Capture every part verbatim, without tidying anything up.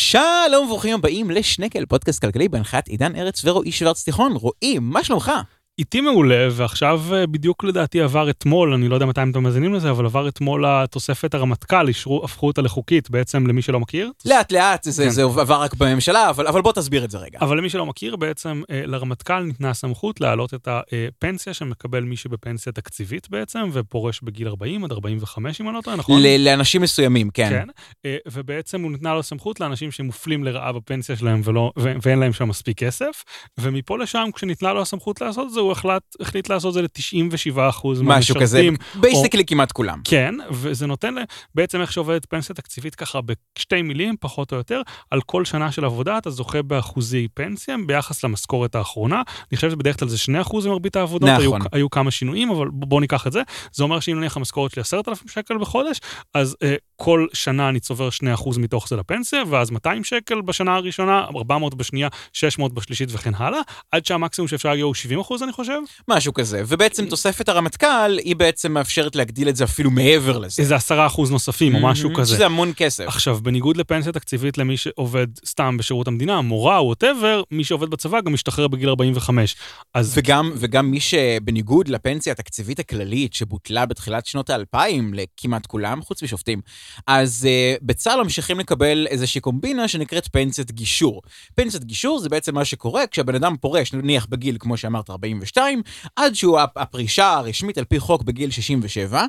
שלום וברוכים הבאים לשנקל, פודקאסט כלכלי בהנחיית עידן ארץ ורועי שוורץ תיכון. רועי, מה שלומך? איתי מעולה, ועכשיו בדיוק לדעתי עבר אתמול, אני לא יודע מתי אתם מזינים לזה, אבל עבר אתמול התוספת הרמטכ"ל, אישרו, הפכו אותה לחוקית, בעצם למי שלא מכיר. לאט לאט, זה, כן. זה עבר רק בממשלה, אבל, אבל בוא תסביר את זה רגע. אבל למי שלא מכיר, בעצם לרמטכ"ל ניתנה סמכות להעלות את הפנסיה שמקבל מי שבפנסיה תקציבית בעצם, ופורש בגיל ארבעים עד ארבעים וחמש, אם אני לא טועה, נכון? לאנשים מסוימים, כן. כן, ובעצם הוא נתנה לו סמכות לאנשים שמופלים לרעה בפנסיה שלהם ולא, ו- ואין להם שם מספיק כסף, ומפה לשם, כשניתנה לו הסמכות לעשות את זה, הוא החלט, החליט לעשות זה ל-תשעים ושבעה אחוז משהו כזה, בייסיקלי כמעט כולם. כן, וזה נותן בעצם איך שעובדת פנסיה תקציבית ככה בשתי מילים, פחות או יותר, על כל שנה של עבודה, אתה זוכה באחוזי פנסיה, ביחס למשכורת האחרונה. אני חושב שבדרך כלל זה שני אחוז ממרבית העבודות, נכון. היו, היו כמה שינויים, אבל בוא ניקח את זה. זה אומר שאם נניח המשכורת שלי עשרת אלפים שקל בחודש, אז אה, כל שנה אני צובר שני אחוז מתוך זה לפנסיה, ואז מאתיים שקל בשנה הראשונה, ארבע מאות בשנייה, שש מאות בשלישית וכן הלאה, עד שהמקסימום שאפשר יהיו שבעים אחוז, אני חושב. משהו כזה, ובעצם תוספת הרמטכ"ל, היא בעצם מאפשרת להגדיל את זה אפילו מעבר לזה. איזה עשרה אחוז נוספים, או משהו כזה. שזה המון כסף. עכשיו, בניגוד לפנסיה תקציבית למי שעובד סתם בשירות המדינה, מורה או whatever, מי שעובד בצבא גם משתחרר בגיל ארבעים וחמש. אז... וגם, וגם מי שבניגוד לפנסיה התקציבית הכללית, שבוטלה בתחילת שנות האלפיים, לכמעט כולם, חוץ משופטים, אז uh, בצה"ל ממשיכים לקבל איזושהי קומבינה שנקראת פנסיית גישור. פנסיית גישור זה בעצם מה שקורה כשהבן אדם פורש, נניח בגיל, כמו שאמרת, ארבעים ושתיים, עד שהוא הפרישה הרשמית על פי חוק בגיל שישים ושבע,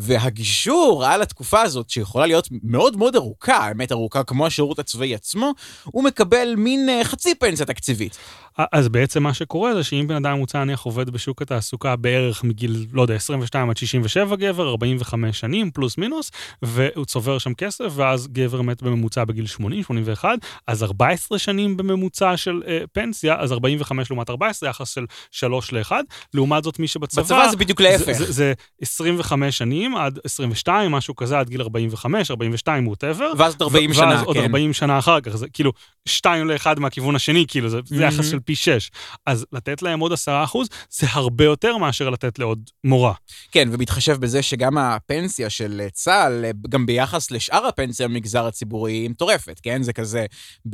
והגישור על התקופה הזאת, שיכולה להיות מאוד מאוד ארוכה, האמת ארוכה כמו השירות הצבאי עצמו, הוא מקבל מין uh, חצי פנסיה תקציבית. אז בעצם מה שקורה זה שאם בן אדם מוצא נניח עובד בשוק התעסוקה בערך מגיל, לא יודע, עשרים ושתיים עד שישים ושבע גבר, ארבעים וחמש שנים, פלוס מינוס, והוא צובר שם כסף, ואז גבר מת בממוצע בגיל שמונים, שמונים ואחת, אז ארבע עשרה שנים בממוצע של אה, פנסיה, אז ארבעים וחמש לעומת ארבע עשרה, יחס של שלוש לאחד, לעומת זאת מי שבצבא... בצבא זה בדיוק להפך. זה, זה, זה עשרים וחמש שנים עד עשרים ושתיים, משהו כזה, עד גיל ארבעים וחמש, ארבעים ושתיים, whatever. ואז עוד ארבעים שנה, ואז כן. עוד ארבעים שנה אחר כך, זה כאילו שתיים לאחד מהכיוון השני, כאילו, זה, זה יחס של פי שש. אז לתת להם עוד עשרה אחוז, זה הרבה יותר מאשר לתת לעוד מורה. כן, ומתחשב בזה שגם הפנסיה של צה"ל, גם ביחס לשאר הפנסיה במגזר הציבורי, היא מטורפת, כן? זה כזה,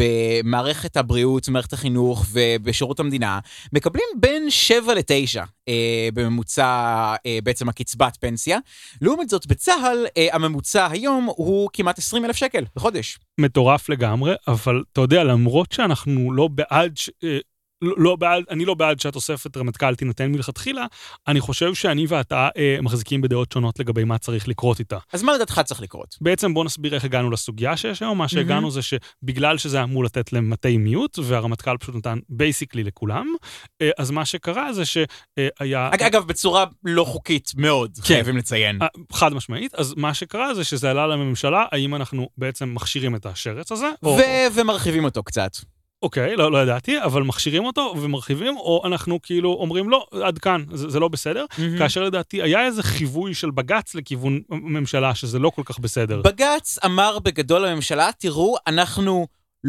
במערכת הבריאות, במערכת החינוך ובשירות המדינה, מקבלים בין שבע לתשע אה, בממוצע, אה, בעצם הקצבת פנסיה. לעומת זאת, בצה"ל, אה, הממוצע היום הוא כמעט עשרים אלף שקל בחודש. מטורף לגמרי, אבל אתה יודע, למרות שאנחנו לא בעד... אה, לא בעד, אני לא בעד שהתוספת רמטכ"ל תינתן מלכתחילה, אני חושב שאני ואתה אה, מחזיקים בדעות שונות לגבי מה צריך לקרות איתה. אז מה לדעתך צריך לקרות? בעצם בוא נסביר איך הגענו לסוגיה שיש היום, מה שהגענו mm-hmm. זה שבגלל שזה אמור לתת למטי מיעוט, והרמטכ"ל פשוט נתן בייסיקלי לכולם, אה, אז מה שקרה זה שהיה... אג, אגב, בצורה לא חוקית מאוד, כן. חייבים לציין. חד משמעית, אז מה שקרה זה שזה עלה לממשלה, האם אנחנו בעצם מכשירים את השרץ הזה? ו- או... ומרחיבים אותו קצת. אוקיי, לא, לא ידעתי, אבל מכשירים אותו ומרחיבים, או אנחנו כאילו אומרים, לא, עד כאן, זה, זה לא בסדר, mm-hmm. כאשר לדעתי היה איזה חיווי של בגץ לכיוון ממשלה, שזה לא כל כך בסדר. בגץ אמר בגדול לממשלה, תראו, אנחנו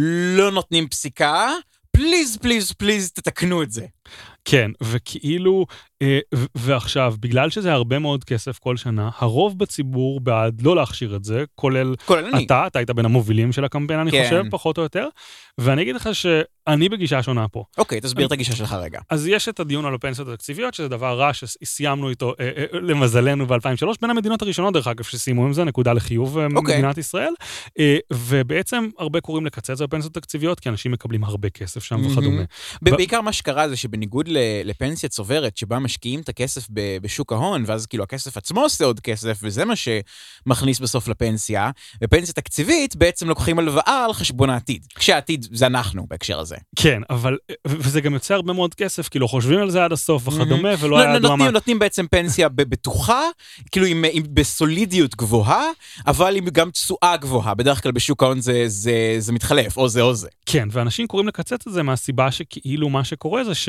לא נותנים פסיקה, פליז, פליז, פליז, תתקנו את זה. כן, וכאילו, אה, ועכשיו, בגלל שזה הרבה מאוד כסף כל שנה, הרוב בציבור בעד לא להכשיר את זה, כולל, כולל אתה, אתה היית בין המובילים של הקמפיין, אני כן. חושב, פחות או יותר, ואני אגיד לך שאני בגישה שונה פה. אוקיי, תסביר אני... את הגישה שלך רגע. אז יש את הדיון על הפנסיות התקציביות, שזה דבר רע שסיימנו איתו, אה, אה, למזלנו ב-אלפיים ושלוש, בין המדינות הראשונות, דרך אגב, שסיימו עם זה, נקודה לחיוב אוקיי. מדינת ישראל, אה, ובעצם הרבה קוראים לקצץ בפנסיות התקציביות, כי אנשים מקבלים הרבה כסף שם mm-hmm. וכדומה. בעיקר מה שקרה זה שבניגוד לפנסיה צוברת, שבה משקיעים את הכסף בשוק ההון, ואז כאילו הכסף עצמו עושה עוד כסף, וזה מה שמכניס בסוף לפנסיה, ופנסיה תקציבית בעצם לוקחים הלוואה על חשבון העתיד, כשהעתיד זה אנחנו בהקשר הזה. כן, אבל, וזה גם יוצא הרבה מאוד כסף, כאילו חושבים על זה עד הסוף וכדומה, ולא היה דרמה. נותנים בעצם פנסיה בבטוחה, כאילו עם בסולידיות גבוהה, אבל עם גם תשואה גבוהה, בדרך כלל בשוק ההון זה מתחלף, או זה או זה. כן, ואנשים קוראים לקצץ את זה מהסיבה שכאילו מה שקורה זה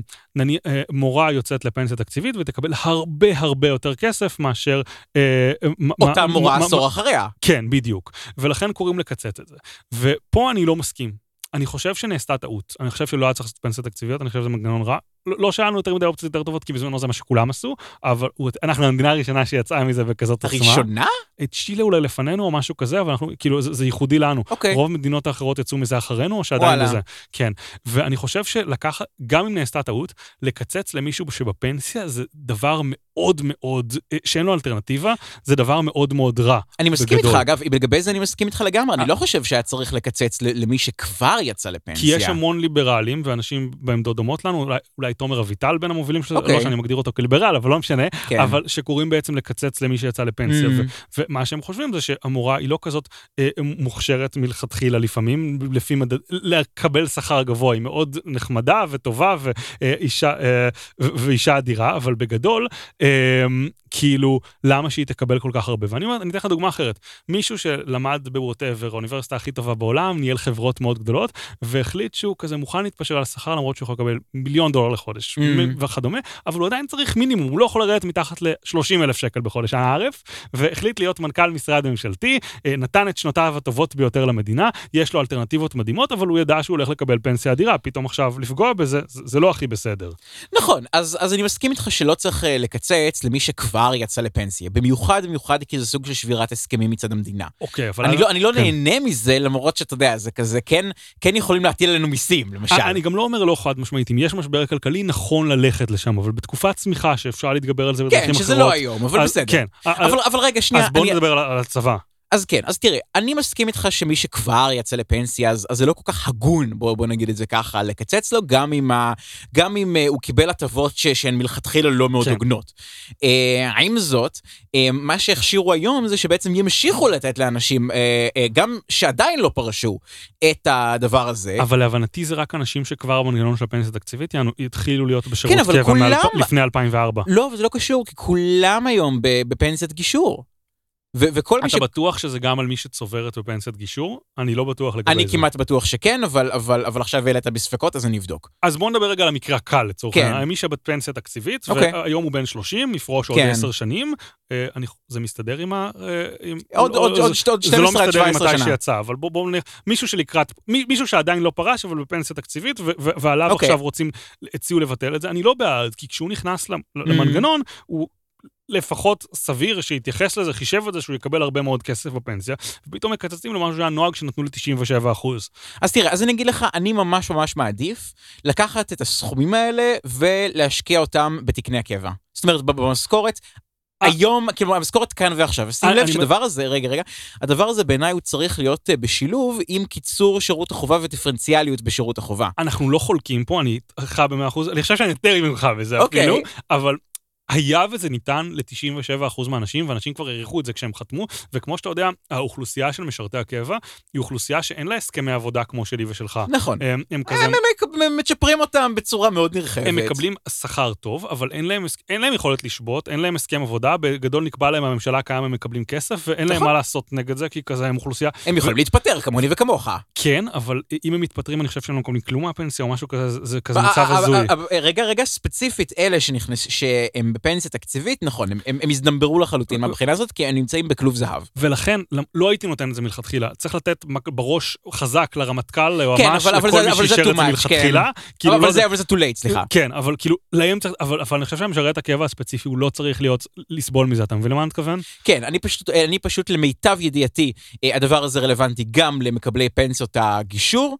שמורה יוצאת לפנסיה תקציבית ותקבל הרבה הרבה יותר כסף מאשר... אותה מורה עשור אחריה. כן, בדיוק. ולכן קוראים לקצץ את זה. ופה אני לא מסכים. אני חושב שנעשתה טעות. אני חושב שלא היה צריך לעשות פנסיה תקציביות, אני חושב שזה מנגנון רע. לא שאלנו יותר מדי אופציות יותר טובות, כי בזמנו זה מה שכולם עשו, אבל אנחנו המדינה הראשונה שיצאה מזה וכזאת עוצמה. הראשונה? את צ'ילה אולי לפנינו או משהו כזה, אבל אנחנו, כאילו, זה, זה ייחודי לנו. אוקיי. רוב מדינות האחרות יצאו מזה אחרינו, או שעדיין וואלה. בזה. כן. ואני חושב שלקח, גם אם נעשתה טעות, לקצץ למישהו שבפנסיה, זה דבר מאוד מאוד, שאין לו אלטרנטיבה, זה דבר מאוד מאוד רע. אני מסכים בגדול. איתך, אגב, לגבי זה אני מסכים איתך לגמרי, אני לא חושב שהיה צריך לקצץ למי שכבר יצא לפנסיה. כי יש המון ליברלים, ואנשים בעמדות דומות לנו, אולי, אולי תומר אביטל בין המובילים שלו, אוקיי. לא שאני מגדיר אותו כליברל, אבל לא משנה, כן. אבל שקוראים בעצם לקצץ למי שיצא לפנסיה, Mm. ו- ומה שהם חושבים זה שהמורה היא לא כזאת אה, מוכשרת מלכתחילה לפעמים, לפי מדד, לקבל שכר גבוה, היא מאוד נחמדה וטובה, ואישה, אה, ואישה אדירה, אבל בגדול, אה, כאילו, למה שהיא תקבל כל כך הרבה? ואני אומר, אני אתן לך דוגמה אחרת. מישהו שלמד בווטאבר, האוניברסיטה הכי טובה בעולם, ניהל חברות מאוד גדולות, והחליט שהוא כזה מוכן להתפשר על השכר, למרות שהוא יכול לקבל מיליון דולר לחודש, Mm. וכדומה, אבל הוא עדיין צריך מינימום, הוא לא יכול לרדת מתחת ל-שלושים אלף שקל בחודש הערף, והחליט להיות מנכ"ל משרד ממשלתי, נתן את שנותיו הטובות ביותר למדינה, יש לו אלטרנטיבות מדהימות, אבל הוא ידע שהוא הולך לקבל פנסיה אדירה, פתאום עכשיו לפגוע בזה, זה, זה לא הכי בסדר. נכון, אז, אז אני מסכים איתך שלא צריך לקצץ למי שכבר יצא לפנסיה, במיוחד, במיוחד כי זה סוג של שבירת הסכמים מצד המדינה. אוקיי, אבל... אני לא, אני לא כן. נהנה מזה, למרות שאתה יודע, זה כזה, כן, כן יכולים להטיל עלינו מיסים, למשל. אני גם לא אומר לא חד משמעית, אם יש משבר כלכלי, נכון ללכת לשם, אבל בתקופת צמיחה שאפשר להתגבר על זה בדרכים כן, אחרות. שזה לא היום, אבל אז, בסדר. כן. אבל, אבל רגע, שנייה. אז בואו אני... נדבר על, על הצבא. אז כן, אז תראה, אני מסכים איתך שמי שכבר יצא לפנסיה, אז, אז זה לא כל כך הגון, בוא, בוא נגיד את זה ככה, לקצץ לו, גם אם, ה, גם אם uh, הוא קיבל הטבות ש, שהן מלכתחילה לא מאוד כן. הוגנות. Uh, עם זאת, uh, מה שהכשירו היום זה שבעצם ימשיכו לתת לאנשים, uh, uh, גם שעדיין לא פרשו את הדבר הזה. אבל להבנתי זה רק אנשים שכבר במנגנון של הפנסיה התקציבית, יתחילו להיות בשירות כן, אבל קבע כולם... מאלפ... לפני אלפיים וארבע. לא, אבל זה לא קשור, כי כולם היום בפנסיית גישור. ו- וכל אתה ש... בטוח שזה גם על מי שצוברת בפנסיית גישור? אני לא בטוח לגבי אני זה. כמעט בטוח שכן, אבל, אבל, אבל עכשיו העלית בספקות, אז אני אבדוק. אז בואו נדבר רגע על המקרה הקל, לצורך כן. העניין. מי שבפנסיה תקציבית, אוקיי. והיום הוא בן שלושים, יפרוש עוד כן. עשר שנים, אה, אני, זה מסתדר עם ה... אה, עם, עוד, או, עוד, זה, עוד, עוד זה לא שתים עשרה עד מסתדר שבע עם עשרה מתי שנה. שיצא, אבל בואו בוא נלך, מישהו שלקראת, מי, מישהו שעדיין לא פרש, אבל בפנסיה תקציבית, ו, ו, ועליו אוקיי. עכשיו רוצים, הציעו לבטל את זה, אני לא בעד, כי כשהוא נכנס למנגנון, הוא... לפחות סביר שיתייחס לזה, חישב את זה שהוא יקבל הרבה מאוד כסף בפנסיה, ופתאום מקצצים לו משהו שהיה נוהג שנתנו ל-תשעים ושבעה אחוז. אז תראה, אז אני אגיד לך, אני ממש ממש מעדיף לקחת את הסכומים האלה ולהשקיע אותם בתקני הקבע. זאת אומרת, במשכורת, היום, כאילו, המשכורת כאן ועכשיו. שים לב שדבר הזה, רגע, רגע, הדבר הזה בעיניי הוא צריך להיות בשילוב עם קיצור שירות החובה ודיפרנציאליות בשירות החובה. אנחנו לא חולקים פה, אני איתך ב-מאה אחוז, אני חושב שאני יותר ממך בזה אפילו, אבל... היה וזה ניתן ל-תשעים ושבעה אחוז מהאנשים, ואנשים כבר העריכו את זה כשהם חתמו, וכמו שאתה יודע, האוכלוסייה של משרתי הקבע, היא אוכלוסייה שאין לה הסכמי עבודה כמו שלי ושלך. נכון. הם, הם, כזה... הם, הם מצ'פרים אותם בצורה מאוד נרחבת. הם מקבלים שכר טוב, אבל אין להם, אין להם יכולת לשבות, אין להם הסכם עבודה, בגדול נקבע להם הממשלה כמה הם מקבלים כסף, ואין להם מה לעשות נגד זה, כי כזה הם אוכלוסייה... הם יכולים להתפטר, כמוני וכמוך. כן, אבל אם הם מתפטרים, אני חושב שהם לא מקבלים כלום מהפנסיה, או משהו כזה, זה כזה מצב הזוי. רגע, רגע, ספציפית, אלה שנכנס, שהם בפנסיה תקציבית, נכון, הם, הם, הם הזדמברו לחלוטין מהבחינה הזאת, כי הם נמצאים בכלוב זהב. ולכן, לא הייתי נותן את זה מלכתחילה. צריך לתת בראש חזק לרמטכ"ל, ליועמ"ש, כן, אבל, לכל אבל מי זה, שישר זה את זה מלכתחילה. כן. כאילו אבל, לא זה, אבל זה too late, סליחה. כן, אבל כאילו, להם צריך, אבל, אבל אני חושב שהמשרת הקבע הספציפי, הוא לא צריך להיות, לסבול מזה, אתה מבין למה אני מתכוון? כן, אני פשוט, אני פשוט למיטב ידיעתי, הדבר הזה רלוונטי גם למקבלי פנסיות הגישור,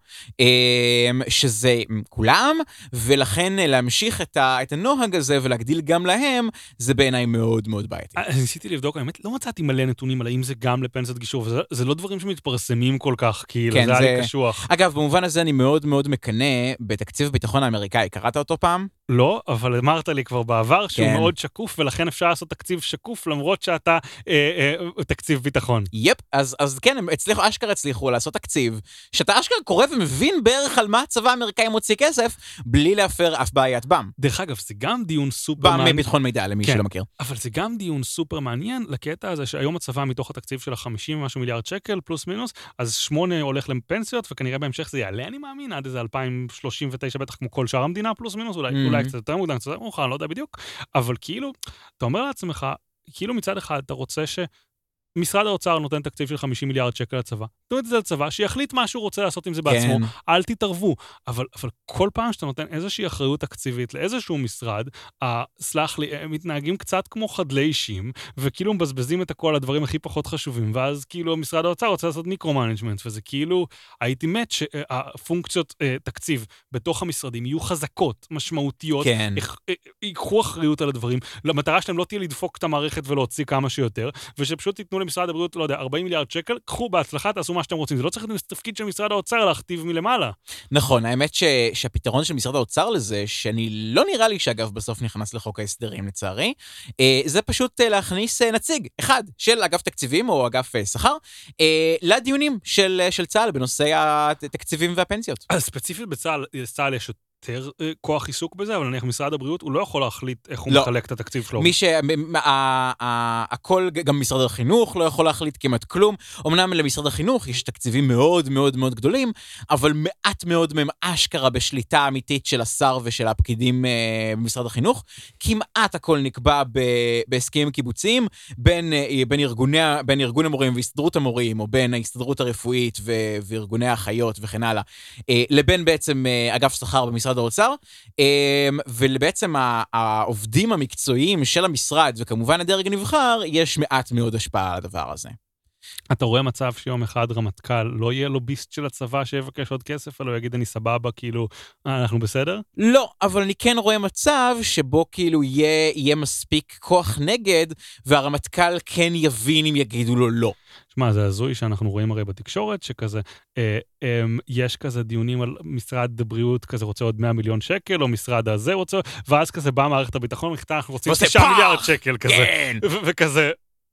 שזה כולם, ולכן להמשיך את, ה, את הנוהג הזה ולהגדיל גם להם, זה בעיניי מאוד מאוד בעייתי. ניסיתי לבדוק, האמת, לא מצאתי מלא נתונים על האם זה גם לפנסיית גישור, וזה זה לא דברים שמתפרסמים כל כך, כאילו, כן, זה זה... היה לי קשוח. אגב, במובן הזה אני מאוד מאוד מקנה בתקציב הביטחון האמריקאי. קראת אותו פעם? לא, אבל אמרת לי כבר בעבר שהוא כן. מאוד שקוף, ולכן אפשר לעשות תקציב שקוף, למרות שאתה אה, אה, תקציב ביטחון. יפ, אז, אז כן, הם הצליחו, אשכרה הצליחו לעשות תקציב, שאתה אשכרה קורא ומבין בערך על מה הצבא האמריקאי מוציא כסף, בלי להפר אף בעיית בם. דרך אגב, זה גם דיון סופר בם מעניין. מביטחון מידע, למי כן, שלא מכיר. אבל זה גם דיון סופר מעניין, לקטע הזה שהיום הצבא מתוך התקציב של ה-חמישים ומשהו מיליארד שקל, פלוס מינוס, אז שמונה הולך לפנסיות, וכנראה בהמשך זה יעלה, אני מאמין, עד איזה אלפיים שלושים ותשע, בטח כמו כל שאר המדינה, פלוס מינוס, אולי, mm-hmm. אולי קצת יותר מוקדם, קצת יותר מאוחר, אני לא יודע בדיוק, אבל כאילו, אתה אומר לעצמך, כאילו מצד אחד אתה רוצה ש... משרד האוצר נותן תקציב של חמישים מיליארד שקל לצבא. תנו את זה לצבא, שיחליט מה שהוא רוצה לעשות עם זה בעצמו, כן. אל תתערבו. אבל, אבל כל פעם שאתה נותן איזושהי אחריות תקציבית לאיזשהו משרד, אה, סלח לי, הם מתנהגים קצת כמו חדלי אישים, וכאילו מבזבזים את הכל הדברים הכי פחות חשובים, ואז כאילו משרד האוצר רוצה לעשות מיקרו-מנג'מנט, וזה כאילו, הייתי מת שהפונקציות אה, תקציב בתוך המשרדים יהיו חזקות, משמעותיות, כן. ייקחו אחריות על הדברים, למטרה שלהם לא תהיה לדפוק את המערכת ולהוציא כמה שיותר, ושפשוט תיתנו למשרד הבריאות, לא יודע, ארבעים מיליארד שקל, קחו בהצלחה, תעשו מה שאתם רוצים. זה לא צריך להיות תפקיד של משרד האוצר להכתיב מלמעלה. נכון, האמת ש, שהפתרון של משרד האוצר לזה, שאני לא נראה לי שאגב בסוף נכנס לחוק ההסדרים לצערי, זה פשוט להכניס נציג אחד של אגף תקציבים או אגף שכר, לדיונים של, של צה"ל בנושא התקציבים והפנסיות. אז ספציפית בצה"ל, צה"ל יש יותר כוח עיסוק בזה, אבל נניח משרד הבריאות, הוא לא יכול להחליט איך הוא לא. מחלק את התקציב שלו. מי ש... הכל, גם משרד החינוך לא יכול להחליט כמעט כלום. אמנם למשרד החינוך יש תקציבים מאוד מאוד מאוד גדולים, אבל מעט מאוד מהם אשכרה בשליטה אמיתית של השר ושל הפקידים במשרד החינוך. כמעט הכל נקבע בהסכמים קיבוציים, בין, בין, ארגוני, בין ארגון המורים והסתדרות המורים, או בין ההסתדרות הרפואית ו... וארגוני האחיות וכן הלאה, לבין בעצם אגף שכר במשרד האוצר, ובעצם העובדים המקצועיים של המשרד, וכמובן הדרג הנבחר, יש מעט מאוד השפעה על הדבר הזה. אתה רואה מצב שיום אחד רמטכ"ל לא יהיה לוביסט של הצבא שיבקש עוד כסף, אלא הוא יגיד אני סבבה, כאילו, אנחנו בסדר? לא, אבל אני כן רואה מצב שבו כאילו יהיה, יהיה מספיק כוח נגד, והרמטכ"ל כן יבין אם יגידו לו לא. שמה, זה הזוי שאנחנו רואים הרי בתקשורת, שכזה, אה, אה, יש כזה דיונים על משרד הבריאות, כזה רוצה עוד מאה מיליון שקל, או משרד הזה רוצה, ואז כזה בא מערכת הביטחון, מכתב, אנחנו רוצים תשעה מיליארד שקל כזה, כן. ו- וכזה,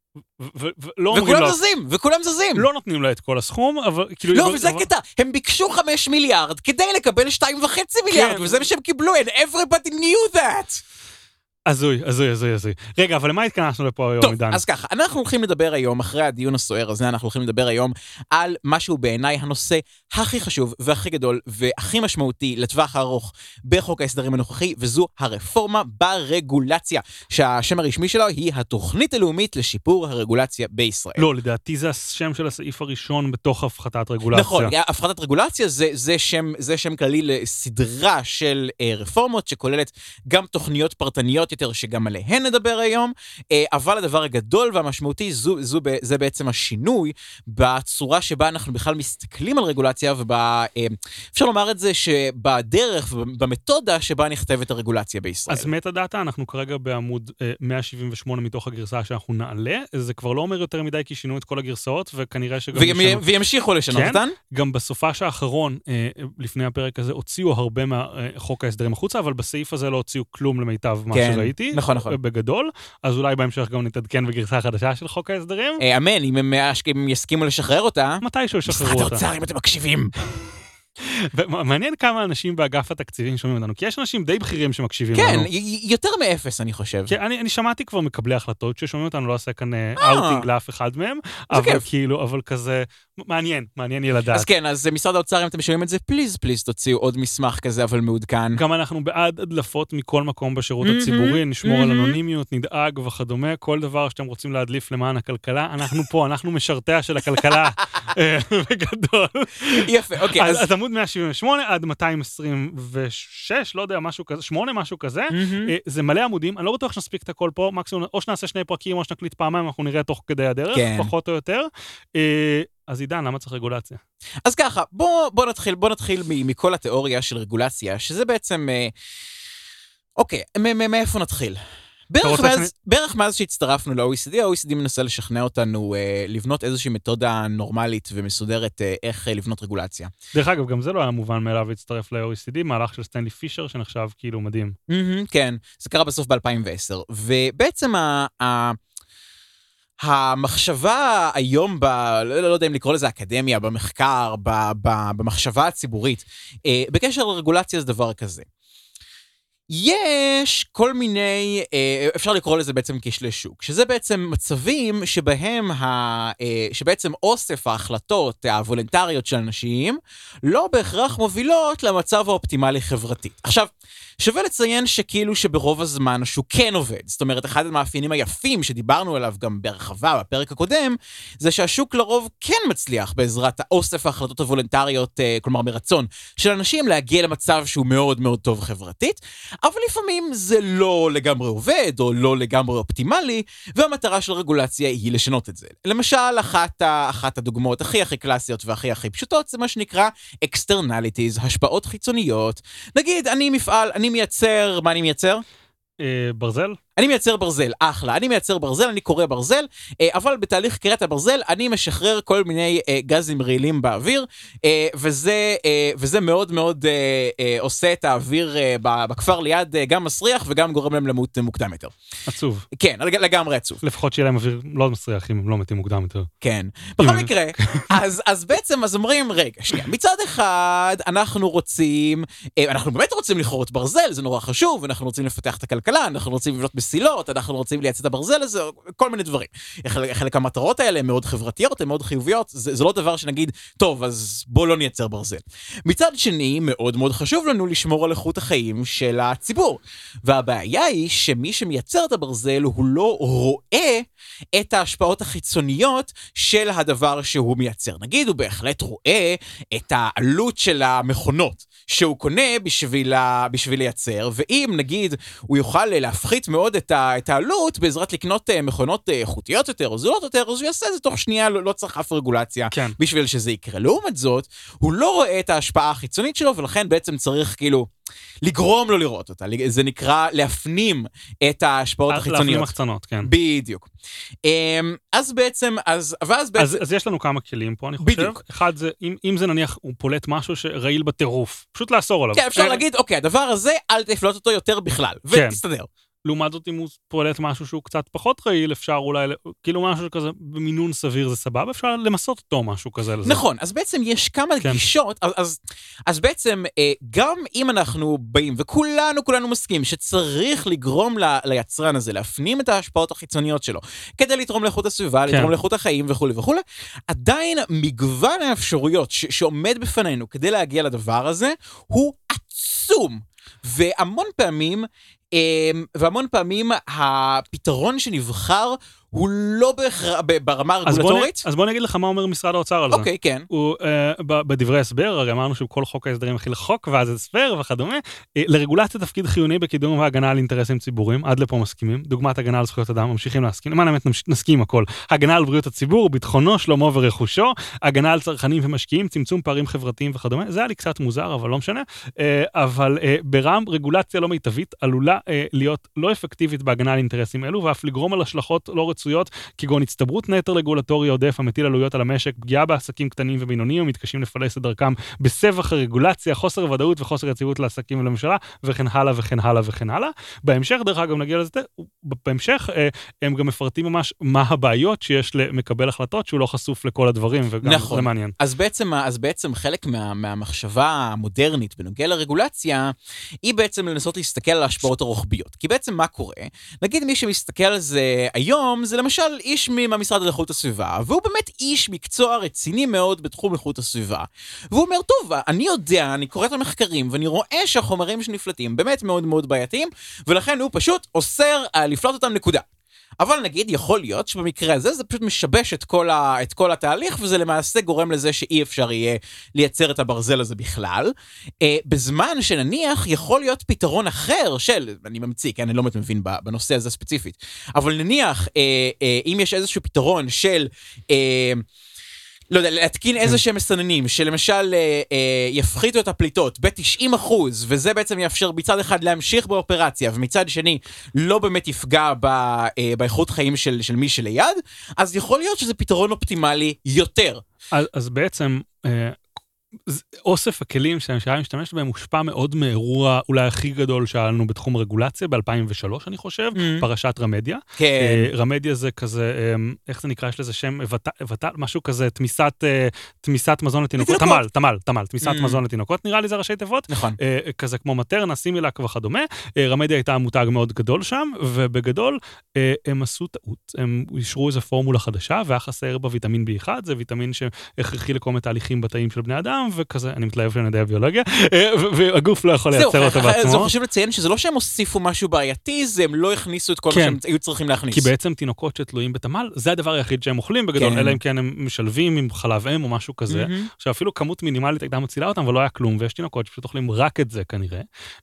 וכולם זזים, וכולם זזים. לא נותנים לה את כל הסכום, אבל כאילו... לא, וזה קטע, הם ביקשו חמש מיליארד כדי לקבל שתיים וחצי מיליארד, וזה מה שהם קיבלו, and everybody knew that. הזוי, הזוי, הזוי, הזוי. רגע, אבל למה התכנסנו לפה היום, עידן? טוב, אז ככה, אנחנו הולכים לדבר היום, אחרי הדיון הסוער הזה, אנחנו הולכים לדבר היום על משהו בעיניי הנושא הכי חשוב והכי גדול והכי משמעותי לטווח הארוך בחוק ההסדרים הנוכחי, וזו הרפורמה ברגולציה, שהשם הרשמי שלו היא התוכנית הלאומית לשיפור הרגולציה בישראל. לא, לדעתי זה השם של הסעיף הראשון בתוך הפחתת רגולציה. נכון, הפחתת רגולציה זה, זה שם, זה שם כללי לסדרה של אה, רפורמות שכוללת גם תוכניות פרטניות יותר שגם עליהן נדבר היום, אבל הדבר הגדול והמשמעותי זו, זו, זה בעצם השינוי בצורה שבה אנחנו בכלל מסתכלים על רגולציה, ואפשר לומר את זה שבדרך ובמתודה שבה נכתבת הרגולציה בישראל. אז מטה דאטה, אנחנו כרגע בעמוד מאה שבעים ושמונה מתוך הגרסה שאנחנו נעלה, זה כבר לא אומר יותר מדי כי שינו את כל הגרסאות, וכנראה שגם... ויש... וימשיכו לשנות כן? אותן? גם בסופש האחרון, לפני הפרק הזה, הוציאו הרבה מהחוק ההסדרים החוצה, אבל בסעיף הזה לא הוציאו כלום למיטב מה כן. שראיתי. נכון, נכון. בגדול, אז אולי בהמשך גם נתעדכן בגרסה חדשה של חוק ההסדרים. אמן, אם הם, הם יסכימו לשחרר אותה. מתישהו ישחררו אותה. משרד האוצר, אם אתם מקשיבים. ומעניין כמה אנשים באגף התקציבים שומעים אותנו, כי יש אנשים די בכירים שמקשיבים כן, לנו. כן, יותר מאפס אני חושב. כן, אני, אני שמעתי כבר מקבלי החלטות ששומעים אותנו, לא עושה כאן אאוטינג לאף אחד מהם, אבל כיף. כאילו, אבל כזה, מעניין, מעניין ילדעת. אז כן, אז משרד האוצר, אם אתם שומעים את זה, פליז, פליז, תוציאו עוד מסמך כזה, אבל מעודכן. גם אנחנו בעד הדלפות מכל מקום בשירות הציבורי, נשמור על אנונימיות, נדאג וכדומה, כל דבר שאתם רוצים להדליף למען הכלכלה, אנחנו פה, אנחנו משרתיה של הכלכלה, בגדול. יפה, אוקיי, אז... אז עמוד מאה שבעים ושמונה עד מאתיים עשרים ושש, לא יודע, משהו כזה, שמונה, משהו כזה, זה מלא עמודים, אני לא בטוח שנספיק את הכל פה, מקסימום, או שנעשה שני פרקים, או שנקליט פעמיים, אנחנו נראה תוך כדי הדרך, פחות או יותר. אז עידן, למה צריך רגולציה? אז ככה, בוא, בוא נתחיל, בוא נתחיל מכל התיאוריה של רגולציה, שזה בעצם, אוקיי, מאיפה נתחיל? בערך מאז, בערך מאז שהצטרפנו ל-או אי סי די, ה-או אי סי די מנסה לשכנע אותנו אה, לבנות איזושהי מתודה נורמלית ומסודרת אה, איך אה, לבנות רגולציה. דרך אגב, גם זה לא היה מובן מאליו להצטרף ל-או אי סי די, מהלך של סטנלי פישר שנחשב כאילו מדהים. Mm-hmm, כן, זה קרה בסוף ב-אלפיים ועשר, ובעצם ה... ה... המחשבה היום, ב, לא, לא יודע אם לקרוא לזה אקדמיה, במחקר, ב, ב, במחשבה הציבורית, אה, בקשר לרגולציה זה דבר כזה. יש כל מיני, אפשר לקרוא לזה בעצם כשלי שוק, שזה בעצם מצבים שבהם, ה, שבעצם אוסף ההחלטות הוולונטריות של אנשים, לא בהכרח מובילות למצב האופטימלי חברתית. עכשיו, שווה לציין שכאילו שברוב הזמן השוק כן עובד, זאת אומרת, אחד המאפיינים היפים שדיברנו עליו גם בהרחבה בפרק הקודם, זה שהשוק לרוב כן מצליח בעזרת האוסף ההחלטות הוולונטריות, כלומר מרצון, של אנשים להגיע למצב שהוא מאוד מאוד טוב חברתית, אבל לפעמים זה לא לגמרי עובד, או לא לגמרי אופטימלי, והמטרה של רגולציה היא לשנות את זה. למשל, אחת, אחת הדוגמאות הכי הכי קלאסיות והכי הכי פשוטות, זה מה שנקרא externalities, השפעות חיצוניות. נגיד, אני מפעל, אני מייצר, מה אני מייצר? ברזל? אני מייצר ברזל, אחלה, אני מייצר ברזל, אני קורא ברזל, אבל בתהליך קריאת הברזל אני משחרר כל מיני גזים רעילים באוויר, וזה, וזה מאוד מאוד עושה את האוויר בכפר ליד גם מסריח וגם גורם להם למות מוקדם יותר. עצוב. כן, לגמרי עצוב. לפחות שיהיה להם אוויר לא מסריח אם הם לא מתים מוקדם יותר. כן. בכל מקרה, אז, אז בעצם אז אומרים, רגע, שנייה, מצד אחד אנחנו רוצים, אנחנו באמת רוצים לכרות ברזל, זה נורא חשוב, אנחנו רוצים לפתח את הכלכלה, אנחנו רוצים לבנות סילות, אנחנו רוצים לייצא את הברזל הזה, כל מיני דברים. חלק, חלק המטרות האלה הן מאוד חברתיות, הן מאוד חיוביות, זה, זה לא דבר שנגיד, טוב, אז בוא לא נייצר ברזל. מצד שני, מאוד מאוד חשוב לנו לשמור על איכות החיים של הציבור. והבעיה היא שמי שמייצר את הברזל, הוא לא רואה את ההשפעות החיצוניות של הדבר שהוא מייצר. נגיד, הוא בהחלט רואה את העלות של המכונות שהוא קונה בשביל, בשביל לייצר, ואם נגיד, הוא יוכל להפחית מאוד את, ה, את העלות בעזרת לקנות מכונות איכותיות יותר או זולות יותר, אז הוא יעשה את זה תוך שנייה, לא, לא צריך אף רגולציה כן. בשביל שזה יקרה. לעומת זאת, הוא לא רואה את ההשפעה החיצונית שלו, ולכן בעצם צריך כאילו לגרום לו לראות אותה. זה נקרא להפנים את ההשפעות החיצוניות. להפנים מחצנות, כן. בדיוק. אז בעצם, אז, ואז בעצם... אז, אז יש לנו כמה כלים פה, אני חושב. בדיוק. אחד זה, אם, אם זה נניח, הוא פולט משהו שרעיל בטירוף, פשוט לאסור עליו. כן, אפשר להגיד, אוקיי, הדבר הזה, אל תפלוט אותו יותר בכלל, ותסתדר. לעומת זאת, אם הוא פועלת משהו שהוא קצת פחות רעיל, אפשר אולי, כאילו משהו כזה במינון סביר זה סבבה, אפשר למסות אותו משהו כזה. נכון, אז בעצם יש כמה כן. גישות, אז, אז, אז בעצם גם אם אנחנו באים, וכולנו, כולנו מסכים, שצריך לגרום ל, ליצרן הזה, להפנים את ההשפעות החיצוניות שלו, כדי לתרום לאיכות הסביבה, כן. לתרום לאיכות החיים וכו' וכו', עדיין מגוון האפשרויות ש, שעומד בפנינו כדי להגיע לדבר הזה, הוא עצום. והמון פעמים, והמון פעמים הפתרון שנבחר הוא לא ברמה הרגולטורית. אז בוא נגיד לך מה אומר משרד האוצר על זה. אוקיי, כן. הוא, בדברי הסבר, הרי אמרנו שכל חוק ההסדרים מכיל חוק, ואז הסבר וכדומה, לרגולציה תפקיד חיוני בקידום והגנה על אינטרסים ציבוריים, עד לפה מסכימים, דוגמת הגנה על זכויות אדם, ממשיכים להסכים, למען האמת נסכים הכל, הגנה על בריאות הציבור, ביטחונו, שלומו ורכושו, הגנה על צרכנים ומשקיעים, צמצום פערים חברתיים וכדומה, זה היה לי קצת מוזר, אבל לא משנה, אבל ברם רגולציה לא מיטבית עלולה להיות לא אפקטיבית בהגנה על אינטרסים אלו, ואף לגרום על השלכות לא רצויות, כגון הצטברות נטר רגולטורי עודף המטיל עלויות על המשק, פגיעה בעסקים קטנים ובינוניים ומתקשים לפלס את דרכם בסבך הרגולציה, חוסר ודאות וחוסר יציבות לעסקים ולממשלה, וכן הלאה וכן הלאה וכן הלאה. בהמשך, דרך אגב, נגיע לזה, בהמשך הם גם מפרטים ממש מה הבעיות שיש למקבל החלטות, שהוא לא חשוף לכל הדברים, וגם נכון. זה מעניין. אז בעצם, אז בעצם חלק מה, מהמחשבה המודרנית בנוגע לרגולציה, היא בעצם לנסות להסתכל על ההשפעות הרוחביות. כי בעצם מה קורה? נגיד מי שמסתכל על זה היום, זה למשל איש מהמשרד לאיכות הסביבה, והוא באמת איש מקצוע רציני מאוד בתחום איכות הסביבה. והוא אומר, טוב, אני יודע, אני קורא את המחקרים, ואני רואה שהחומרים שנפלטים באמת מאוד מאוד בעייתיים, ולכן הוא פשוט אוסר לפלוט אותם נקודה. אבל נגיד, יכול להיות שבמקרה הזה זה פשוט משבש את כל, ה, את כל התהליך, וזה למעשה גורם לזה שאי אפשר יהיה לייצר את הברזל הזה בכלל. אה, בזמן שנניח יכול להיות פתרון אחר של, אני ממציא, כי אני לא מבין בנושא הזה ספציפית, אבל נניח, אה, אה, אם יש איזשהו פתרון של... אה, לא יודע, להתקין איזה שהם מסננים, שלמשל אה, אה, יפחיתו את הפליטות ב-תשעים אחוז, וזה בעצם יאפשר מצד אחד להמשיך באופרציה, ומצד שני לא באמת יפגע ב, אה, באיכות חיים של, של מי שליד, אז יכול להיות שזה פתרון אופטימלי יותר. אז, אז בעצם... אה... אוסף הכלים שהממשלה משתמשת בהם מושפע מאוד מאירוע אולי הכי גדול שהיה לנו בתחום הרגולציה, ב-אלפיים ושלוש אני חושב, mm-hmm. פרשת רמדיה. כן. Uh, רמדיה זה כזה, um, איך זה נקרא, יש לזה שם, ותל, משהו כזה, תמיסת, uh, תמיסת מזון לתינוקות, תמל, תמל, תמל, תמיסת mm-hmm. מזון לתינוקות, נראה לי זה ראשי תיבות. נכון. Uh, כזה כמו מטרנה, סימילק וכדומה. Uh, רמדיה הייתה מותג מאוד גדול שם, ובגדול uh, הם עשו טעות. הם אישרו איזו פורמולה חדשה, והיה חסר בוויטמין בי אחד, זה ויטמין שהכרחי לכל מיני תהליכים בתאים של בני אדם, וכזה, אני מתלהב של מדעי הביולוגיה, והגוף לא יכול לייצר אותו בעצמו. זהו, חשוב לציין שזה לא שהם הוסיפו משהו בעייתי, זה הם לא הכניסו את כל מה שהם היו צריכים להכניס. כי בעצם תינוקות שתלויים בתמל, זה הדבר היחיד שהם אוכלים בגדול, אלא אם כן הם משלבים עם חלב אם או משהו כזה. עכשיו, אפילו כמות מינימלית הייתה מצילה אותם, אבל לא היה כלום, ויש תינוקות שפשוט אוכלים רק את זה כנראה.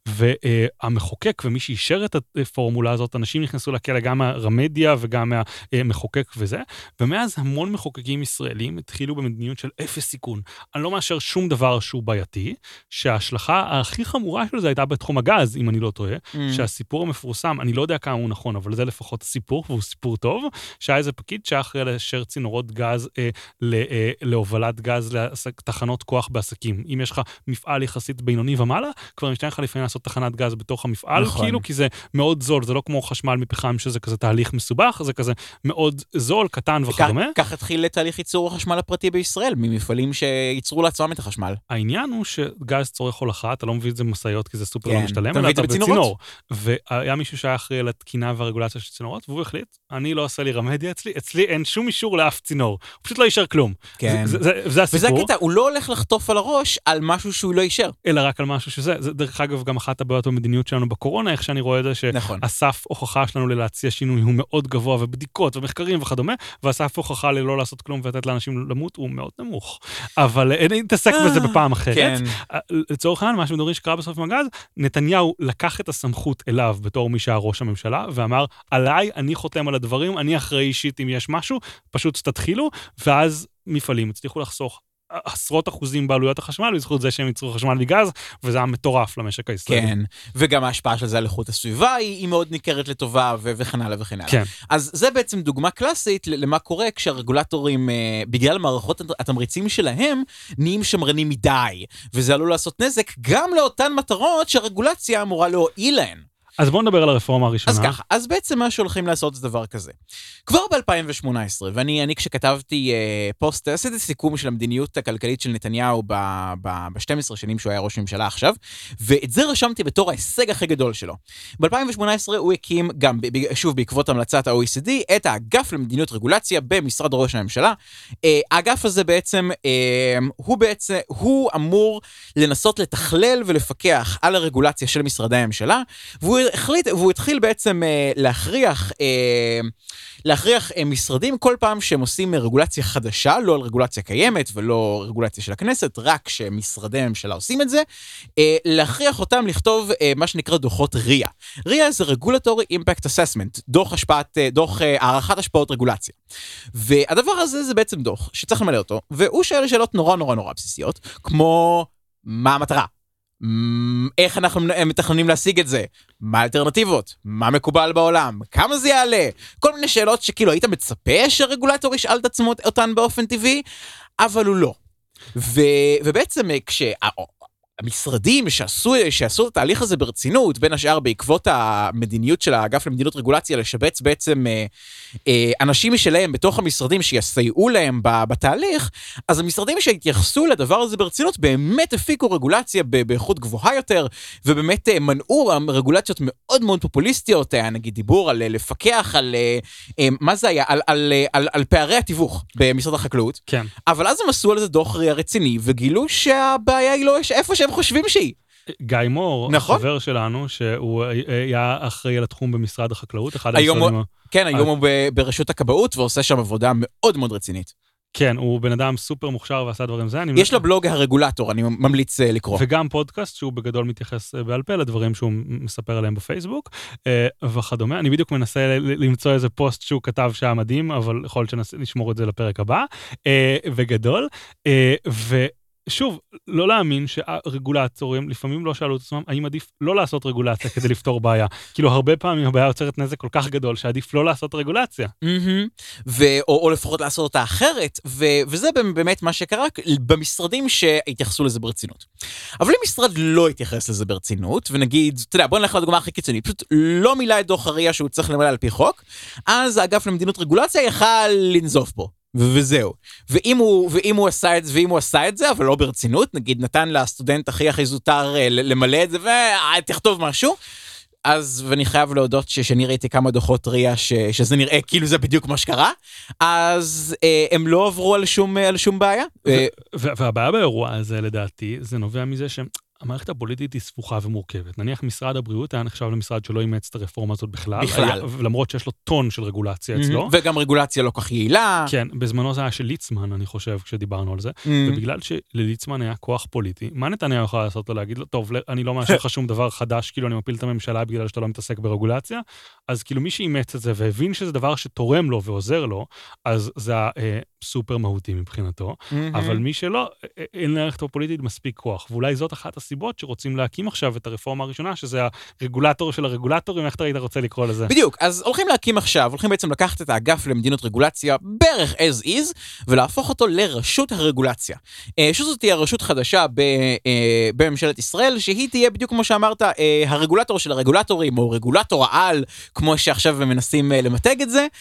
והמחוקק ומי שאישר את הפורמולה הזאת, אנשים נכנסו לכלא גם מהרמדיה וגם מהמחוקק וזה, ומאז המון מחוקקים ישראלים התחילו במדיניות של אפס סיכון. אני לא מאשר שום דבר שהוא בעייתי, שההשלכה הכי חמורה של זה הייתה בתחום הגז, אם אני לא טועה, mm. שהסיפור המפורסם, אני לא יודע כמה הוא נכון, אבל זה לפחות סיפור, והוא סיפור טוב, שהיה איזה פקיד שאחרי לאשר צינורות גז, אה, לא, אה, להובלת גז לתחנות כוח בעסקים. אם יש לך מפעל יחסית בינוני ומעלה, כבר משתנה לך לפעמים לעשות תחנת גז בתוך המפעל, נכון. כאילו, כי זה מאוד זול, זה לא כמו חשמל מפחם, שזה כזה תהליך מסובך, זה כזה מאוד זול, קטן וכדומה. כך התחיל תהליך ייצור החשמל הפרטי בישראל, ממפעלים שייצרו לעצמם את החשמל. העניין הוא שגז צורך הולכה, אתה לא מביא את זה במשאיות כי זה סופר כן, לא משתלם, אלא אתה בצינור. והיה מישהו שהיה אחראי לתקינה והרגולציה של צינורות, והוא החליט, אני לא עושה לי רמדיה אצלי, אצלי אין שום אישור לאף צינור. הוא פשוט לא אישר כלום. כן. זה, זה, זה הסיפור. וזה הקטע, הוא לא הולך לחטוף על הראש על משהו שהוא לא אישר. אלא רק על משהו שזה. זה דרך אגב גם אחת הבעיות במדיניות שלנו בקורונה, איך שאני רואה את זה שהסף הוכחה שלנו ללהציע שינוי הוא מאוד גבוה, ובדיקות ומחקרים וכדומה, והסף הוכחה ללא לעשות כלום ולתת לאנשים למות הוא מאוד נמוך. אבל אני אתעסק בזה בפעם אחרת. כן. לצורך העניין, מה שמדברים שקרה בסוף עם הגז, נתניהו לקח את הסמכות אליו בתור מי שהיה ראש הממשלה, ואמר, עליי, אני חותם על הדברים, אני אחראי אישית אם יש משהו, פשוט תתחילו, ואז מפעלים הצליחו לחסוך עשרות אחוזים בעלויות החשמל, בזכות זה שהם ייצרו חשמל מגז, וזה היה מטורף למשק הישראלי. כן, וגם ההשפעה של זה על איכות הסביבה היא, היא מאוד ניכרת לטובה, ו- וכן הלאה וכן הלאה. כן. אז זה בעצם דוגמה קלאסית למה קורה כשהרגולטורים, אה, בגלל מערכות התמריצים שלהם, נהיים שמרנים מדי, וזה עלול לעשות נזק גם לאותן מטרות שהרגולציה אמורה להועיל להן. אז בואו נדבר על הרפורמה הראשונה. אז ככה, אז בעצם מה שהולכים לעשות זה דבר כזה. כבר ב-אלפיים ושמונה עשרה, ואני אני כשכתבתי אה, פוסט, עשיתי סיכום של המדיניות הכלכלית של נתניהו ב-שתים עשרה שנים שהוא היה ראש ממשלה עכשיו, ואת זה רשמתי בתור ההישג הכי גדול שלו. ב-אלפיים ושמונה עשרה הוא הקים גם, שוב בעקבות המלצת ה-או אי סי די, את האגף למדיניות רגולציה במשרד ראש הממשלה. אה, האגף הזה בעצם, אה, הוא בעצם, הוא אמור לנסות לתכלל ולפקח על הרגולציה של משרדי הממשלה, והוא החליט, והוא התחיל בעצם אה, להכריח, אה, להכריח אה, משרדים כל פעם שהם עושים רגולציה חדשה, לא על רגולציה קיימת ולא רגולציה של הכנסת, רק שמשרדי הממשלה עושים את זה, אה, להכריח אותם לכתוב אה, מה שנקרא דוחות ריאה. ריאה זה Regulatory Impact Assessment, דוח השפעת, דוח אה, הערכת השפעות רגולציה. והדבר הזה זה בעצם דוח שצריך למלא אותו, והוא שואל שאלות נורא נורא נורא בסיסיות, כמו מה המטרה? איך אנחנו מתכננים להשיג את זה? מה האלטרנטיבות? מה מקובל בעולם? כמה זה יעלה? כל מיני שאלות שכאילו היית מצפה שהרגולטור ישאל את עצמו אותן באופן טבעי, אבל הוא לא. ו, ובעצם כשהמשרדים שעשו, שעשו את התהליך הזה ברצינות, בין השאר בעקבות המדיניות של האגף למדיניות רגולציה, לשבץ בעצם אנשים משלהם בתוך המשרדים שיסייעו להם בתהליך, אז המשרדים שהתייחסו לדבר הזה ברצינות באמת הפיקו רגולציה באיכות גבוהה יותר, ובאמת מנעו רגולציות מאוד מאוד פופוליסטיות, נגיד דיבור על לפקח על, מה זה היה? על, על, על, על פערי התיווך במשרד החקלאות. כן. אבל אז הם עשו על זה דוח ראייה רציני, וגילו שהבעיה היא לא איפה שהם חושבים שהיא. גיא מור, נכון? החבר שלנו, שהוא היה אחראי על התחום במשרד החקלאות, אחד המשרדים... הוא, כן, היום הוא ברשות הכבאות, ועושה שם עבודה מאוד מאוד רצינית. כן, הוא בן אדם סופר מוכשר ועשה דברים זה. יש לו בלוג הרגולטור, אני ממליץ לקרוא. וגם פודקאסט שהוא בגדול מתייחס בעל פה לדברים שהוא מספר עליהם בפייסבוק, וכדומה. אני בדיוק מנסה למצוא איזה פוסט שהוא כתב שהיה מדהים, אבל יכול להיות שנשמור את זה לפרק הבא, וגדול. ו... שוב, לא להאמין שהרגולטורים לפעמים לא שאלו את עצמם, האם עדיף לא לעשות רגולציה כדי לפתור בעיה. כאילו, הרבה פעמים הבעיה יוצרת נזק כל כך גדול, שעדיף לא לעשות רגולציה. או לפחות לעשות אותה אחרת, וזה באמת מה שקרה במשרדים שהתייחסו לזה ברצינות. אבל אם משרד לא התייחס לזה ברצינות, ונגיד, אתה יודע, בוא נלך לדוגמה הכי קיצונית, פשוט לא מילא את דוח הריה שהוא צריך למלא על פי חוק, אז האגף למדינות רגולציה יכל לנזוף בו. וזהו. ואם הוא, ואם הוא עשה את זה, ואם הוא עשה את זה, אבל לא ברצינות, נגיד נתן לסטודנט הכי הכי זוטר למלא את זה, ותכתוב משהו, אז, ואני חייב להודות שאני ראיתי כמה דוחות ריה, ש, שזה נראה כאילו זה בדיוק מה שקרה, אז אה, הם לא עברו על שום, על שום בעיה. ו- ו- והבעיה באירוע הזה, לדעתי, זה נובע מזה שהם, המערכת הפוליטית היא ספוכה ומורכבת. נניח משרד הבריאות היה נחשב למשרד שלא אימץ את הרפורמה הזאת בכלל. בכלל. היה, למרות שיש לו טון של רגולציה אצלו. וגם רגולציה לא כך יעילה. כן, בזמנו זה היה של ליצמן, אני חושב, כשדיברנו על זה. ובגלל שלליצמן היה כוח פוליטי, מה נתניהו יכול לעשות לו להגיד לו, טוב, אני לא מאשר לך שום דבר חדש, כאילו אני מפיל את הממשלה בגלל שאתה לא מתעסק ברגולציה. אז כאילו מי שאימץ את זה והבין שזה דבר שתורם לו ועוזר לו, אז זה סופר מהותי מבחינתו. אבל מי שלא, אין למערכת הפוליטית מספיק כוח. ואולי זאת אחת הסיבות שרוצים להקים עכשיו את הרפורמה הראשונה, שזה הרגולטור של הרגולטורים, איך אתה היית רוצה לקרוא לזה? בדיוק, אז הולכים להקים עכשיו, הולכים בעצם לקחת את האגף למדינות רגולציה, בערך as is, ולהפוך אותו לרשות הרגולציה. שזאת תהיה רשות חדשה בממשלת ישראל, שהיא תהיה בדיוק כמו שאמרת, הרגולטור של הרגולטורים, או רגולטור העל, כמו שעכשיו הם מנסים למתג את זה,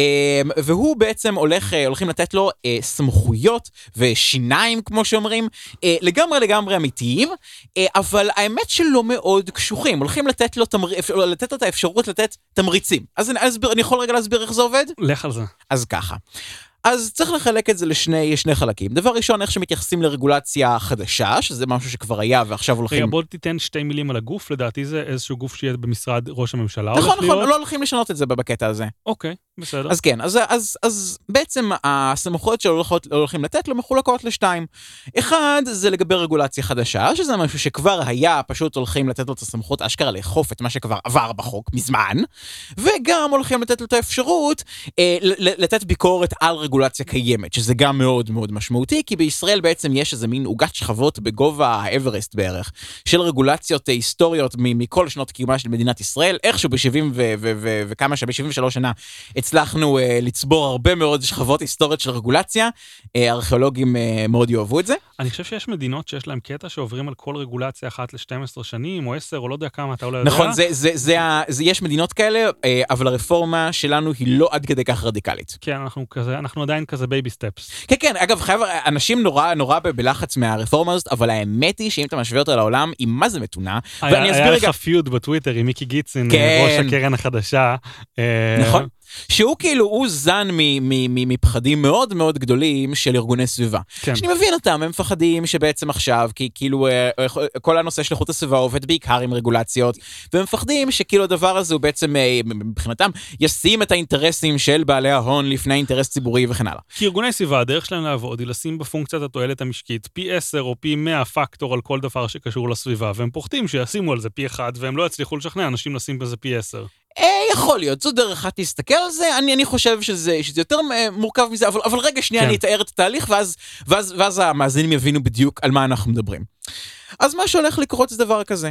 והוא בעצם הולך, הולכים לתת לו סמכויות ושיניים, כמו שאומרים, לגמרי לגמרי אמיתיים, אבל האמת שלא מאוד קשוחים, הולכים לתת לו, תמר... לתת לו את האפשרות לתת תמריצים. אז אני, אסביר, אני יכול רגע להסביר איך זה עובד? לך על זה. אז ככה. אז צריך לחלק את זה לשני שני חלקים. דבר ראשון, איך שמתייחסים לרגולציה חדשה, שזה משהו שכבר היה ועכשיו הולכים... רגע, בוא תיתן שתי מילים על הגוף, לדעתי זה איזשהו גוף שיהיה במשרד ראש הממשלה. נכון, נכון, לא הולכים לשנות את זה בקטע הזה. אוקיי, בסדר. אז כן, אז, אז, אז בעצם הסמכויות שהולכים לתת לו מחולקות לשתיים. אחד, זה לגבי רגולציה חדשה, שזה משהו שכבר היה, פשוט הולכים לתת לו את הסמכות אשכרה לאכוף את מה שכבר עבר בחוק מזמן, וגם הולכים לתת לו את האפשרות אה, לתת ביקורת על רגולציה קיימת, שזה גם מאוד מאוד משמעותי, כי בישראל בעצם יש איזה מין עוגת שכבות בגובה האברסט בערך, של רגולציות היסטוריות מכל שנות קיומה של מדינת ישראל, איכשהו ב-שבעים וכמה שב-שבעים ושלוש שנה הצלחנו uh, לצבור הרבה מאוד שכבות היסטוריות של רגולציה, uh, ארכיאולוגים uh, מאוד יאהבו את זה. אני חושב שיש מדינות שיש להם קטע שעוברים על כל רגולציה אחת ל-שתים עשרה שנים, או עשר, או לא יודע כמה, אתה אולי יודע. נכון, זה, זה, זה, זה, יש מדינות כאלה, uh, אבל הרפורמה שלנו היא לא עד כדי כך רדיקלית. כן, אנחנו כזה, אנחנו עדיין כזה בייבי סטפס. כן, כן, אגב, חייב, אנשים נורא, נורא בלחץ מהרפורמה הזאת, אבל האמת היא שאם אתה משווה אותה לעולם, היא מה זה מתונה. היה, היה לך פיוד בטוויטר עם מיקי גיצין, כן. ראש הקרן החדשה. נכון. שהוא כאילו, הוא זן מפחדים מאוד מאוד גדולים של ארגוני סביבה. כן. שאני מבין אותם, הם מפחדים שבעצם עכשיו, כי כאילו כל הנושא של איכות הסביבה עובד בעיקר עם רגולציות, והם מפחדים שכאילו הדבר הזה הוא בעצם, מבחינתם, ישים את האינטרסים של בעלי ההון לפני אינטרס ציבורי וכן הלאה. כי ארגוני סביבה, הדרך שלהם לעבוד היא לשים בפונקציית התועלת המשקית פי עשר או פי מאה פקטור על כל דבר שקשור לסביבה, והם פוחדים שישימו על זה פי אחד, והם לא יצליחו לשכנע אנשים לשים בזה פי עשר. יכול להיות, זו דרך אחת להסתכל על זה, אני, אני חושב שזה, שזה יותר מורכב מזה, אבל, אבל רגע שנייה כן. אני אתאר את התהליך, ואז, ואז, ואז המאזינים יבינו בדיוק על מה אנחנו מדברים. אז מה שהולך לקרות זה דבר כזה.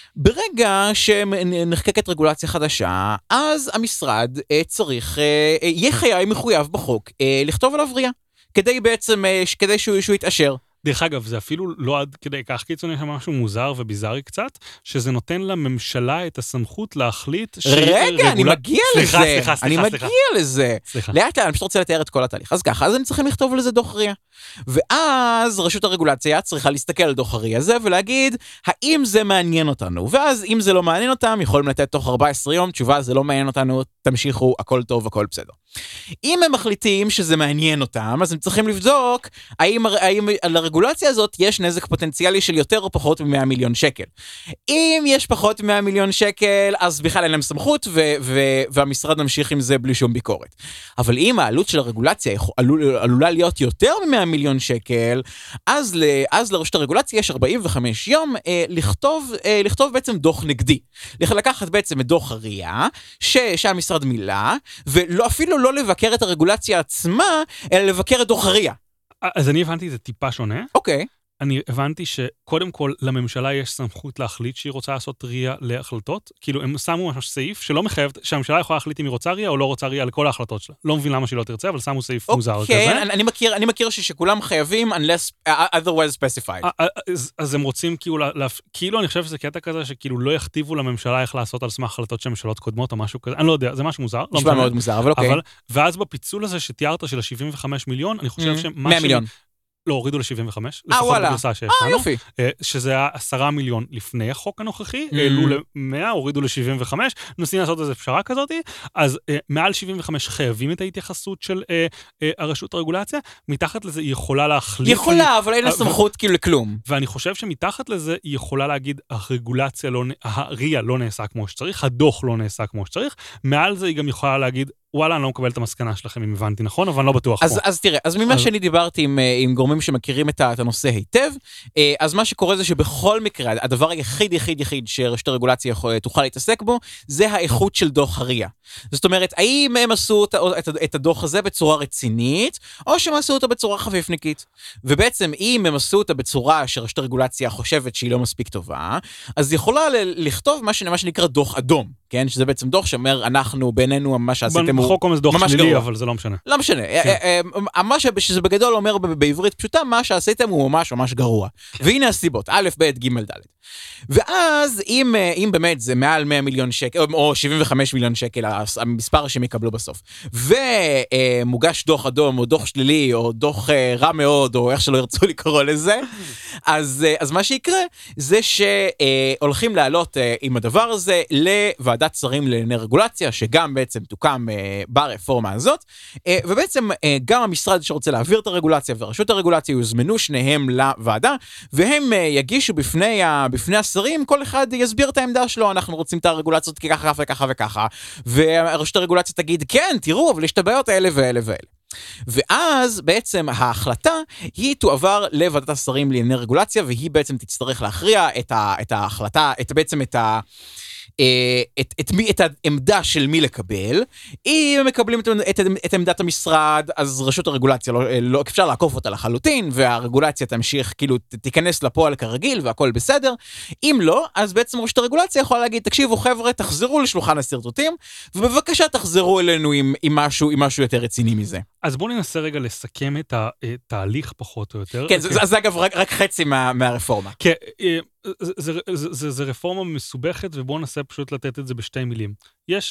ברגע שנחקקת רגולציה חדשה, אז המשרד צריך, יהיה חיי מחויב בחוק, לכתוב עליו ריה, כדי בעצם, כדי שהוא, שהוא יתאשר. דרך אגב, זה אפילו לא עד כדי כך קיצוני, יש משהו מוזר וביזארי קצת, שזה נותן לממשלה את הסמכות להחליט... רגע, אני מגיע לזה. סליחה, סליחה, סליחה. אני מגיע לזה. לאט לאט, אני פשוט רוצה לתאר את כל התהליך. אז ככה, אז הם צריכים לכתוב לזה דוח ריה. ואז רשות הרגולציה צריכה להסתכל על דוח הריה הזה, ולהגיד, האם זה מעניין אותנו? ואז, אם זה לא מעניין אותם, יכולים לתת תוך ארבעה עשר יום, תשובה, זה לא מעניין אותנו, תמשיכו, הכל טוב, הכל בסדר. אם הם מחליטים שזה מעניין אותם, אז הם צריכים לבדוק, האם, האם על הרגולציה הזאת יש נזק פוטנציאלי של יותר או פחות מ-מאה מיליון שקל. אם יש פחות מ-מאה מיליון שקל, אז בכלל אין להם סמכות, ו- ו- והמשרד ממשיך עם זה בלי שום ביקורת. אבל אם העלות של הרגולציה עלול, עלולה להיות יותר מ-מאה מיליון שקל, אז, ל- אז לרשות הרגולציה יש ארבעים וחמישה יום אה, לכתוב, אה, לכתוב בעצם דוח נגדי. לקחת בעצם את דוח הריה, ש- שהמשרד מילא, ואפילו לא לבקר את הרגולציה עצמה, אלא לבקר את דוח הריה. אז אני הבנתי, זה טיפה שונה. אוקיי. אני הבנתי שקודם כל לממשלה יש סמכות להחליט שהיא רוצה לעשות ריה להחלטות, כאילו הם שמו ממש סעיף שלא מחייב, שהממשלה יכולה להחליט אם היא רוצה ריה או לא רוצה ריה לכל ההחלטות שלה. לא מבין למה שהיא לא תרצה, אבל שמו סעיף מוזר כזה. אוקיי, אני מכיר, אני מכיר שכולם חייבים unless otherwise specified. אז הם רוצים כאילו, כאילו אני חושב שזה קטע כזה שכאילו לא יכתיבו לממשלה איך לעשות על סמך החלטות של ממשלות קודמות או משהו כזה. אני לא יודע, זה משהו מוזר. נשמע מאוד מוזר, אבל אוקיי. ואז בפיצול הזה שתיארת של ה-שבעים וחמישה מיליון, אני חושב שמה מאה מיליון. לא, הורידו ל-שבעים וחמש, אה, לפחות וואלה. בגרסה שיש אה, לנו. יופי. שזה היה עשרה מיליון לפני החוק הנוכחי, העלו ל-מאה, הורידו ל-שבעים וחמש, נוסעים לעשות איזו פשרה כזאת, אז מעל שבעים וחמש חייבים את ההתייחסות של הרשות הרגולציה, מתחת לזה היא יכולה להחליט... יכולה, אבל אין לה סמכות כאילו לכלום. ואני חושב שמתחת לזה היא יכולה להגיד, הרגולציה לא, הריה לא נעשה כמו שצריך, הדוח לא נעשה כמו שצריך, מעל זה היא גם יכולה להגיד, וואלה, אני לא מקבל את המסקנה שלכם אם הבנתי נכון, אבל אני לא בטוח אז, פה. אז תראה, אז ממה אז... שאני דיברתי עם, עם גורמים שמכירים את, את הנושא היטב, אז מה שקורה זה שבכל מקרה, הדבר היחיד, יחיד, יחיד שרשת הרגולציה יכול, תוכל להתעסק בו, זה האיכות של דוח הריה. זאת אומרת, האם הם עשו את, את, את הדוח הזה בצורה רצינית, או שהם עשו אותו בצורה חפיפניקית. ובעצם, אם הם עשו אותה בצורה שרשת הרגולציה חושבת שהיא לא מספיק טובה, אז יכולה ל- לכתוב מה, ש, מה שנקרא דוח אדום, כן? שזה בעצם דוח שאומר, אנחנו, בינינו, מה שעשיתם בחוק אומר דוח שלילי, אבל זה לא משנה. לא משנה. מה שזה בגדול אומר בעברית פשוטה, מה שעשיתם הוא ממש ממש גרוע. והנה הסיבות, א', ב', ג', ד'. ואז, אם, אם באמת זה מעל מאה מיליון שקל, או שבעים וחמישה מיליון שקל, המספר שהם יקבלו בסוף, ומוגש דוח אדום, או דוח שלילי, או דוח רע מאוד, או איך שלא ירצו לקרוא לזה, אז, אז מה שיקרה, זה שהולכים לעלות עם הדבר הזה לוועדת שרים לענייני רגולציה, שגם בעצם תוקם ברפורמה הזאת, ובעצם גם המשרד שרוצה להעביר את הרגולציה, ורשות הרגולציה יוזמנו שניהם לוועדה, והם יגישו בפני ה... בפני השרים, כל אחד יסביר את העמדה שלו, אנחנו רוצים את הרגולציות ככה וככה וככה, ורשות הרגולציה תגיד, כן, תראו, אבל יש את הבעיות האלה ואלה ואלה. ואז בעצם ההחלטה היא תועבר לוועדת השרים לענייני רגולציה, והיא בעצם תצטרך להכריע את, ה, את ההחלטה, את בעצם את ה... את, את, מי, את העמדה של מי לקבל. אם מקבלים את, את, את עמדת המשרד, אז רשות הרגולציה לא, לא אפשר לעקוף אותה לחלוטין, והרגולציה תמשיך, כאילו תיכנס לפועל כרגיל והכל בסדר. אם לא, אז בעצם רשות הרגולציה יכולה להגיד, תקשיבו חבר'ה, תחזרו לשולחן הסרטוטים, ובבקשה תחזרו אלינו עם, עם, משהו, עם משהו יותר רציני מזה. אז בואו ננסה רגע לסכם את התהליך פחות או יותר. כן, זה, זה, זה אגב רק, רק חצי מה, מהרפורמה. כן, זה, זה, זה, זה, זה רפורמה מסובכת, ובואו ננסה פשוט לתת את זה בשתי מילים. יש,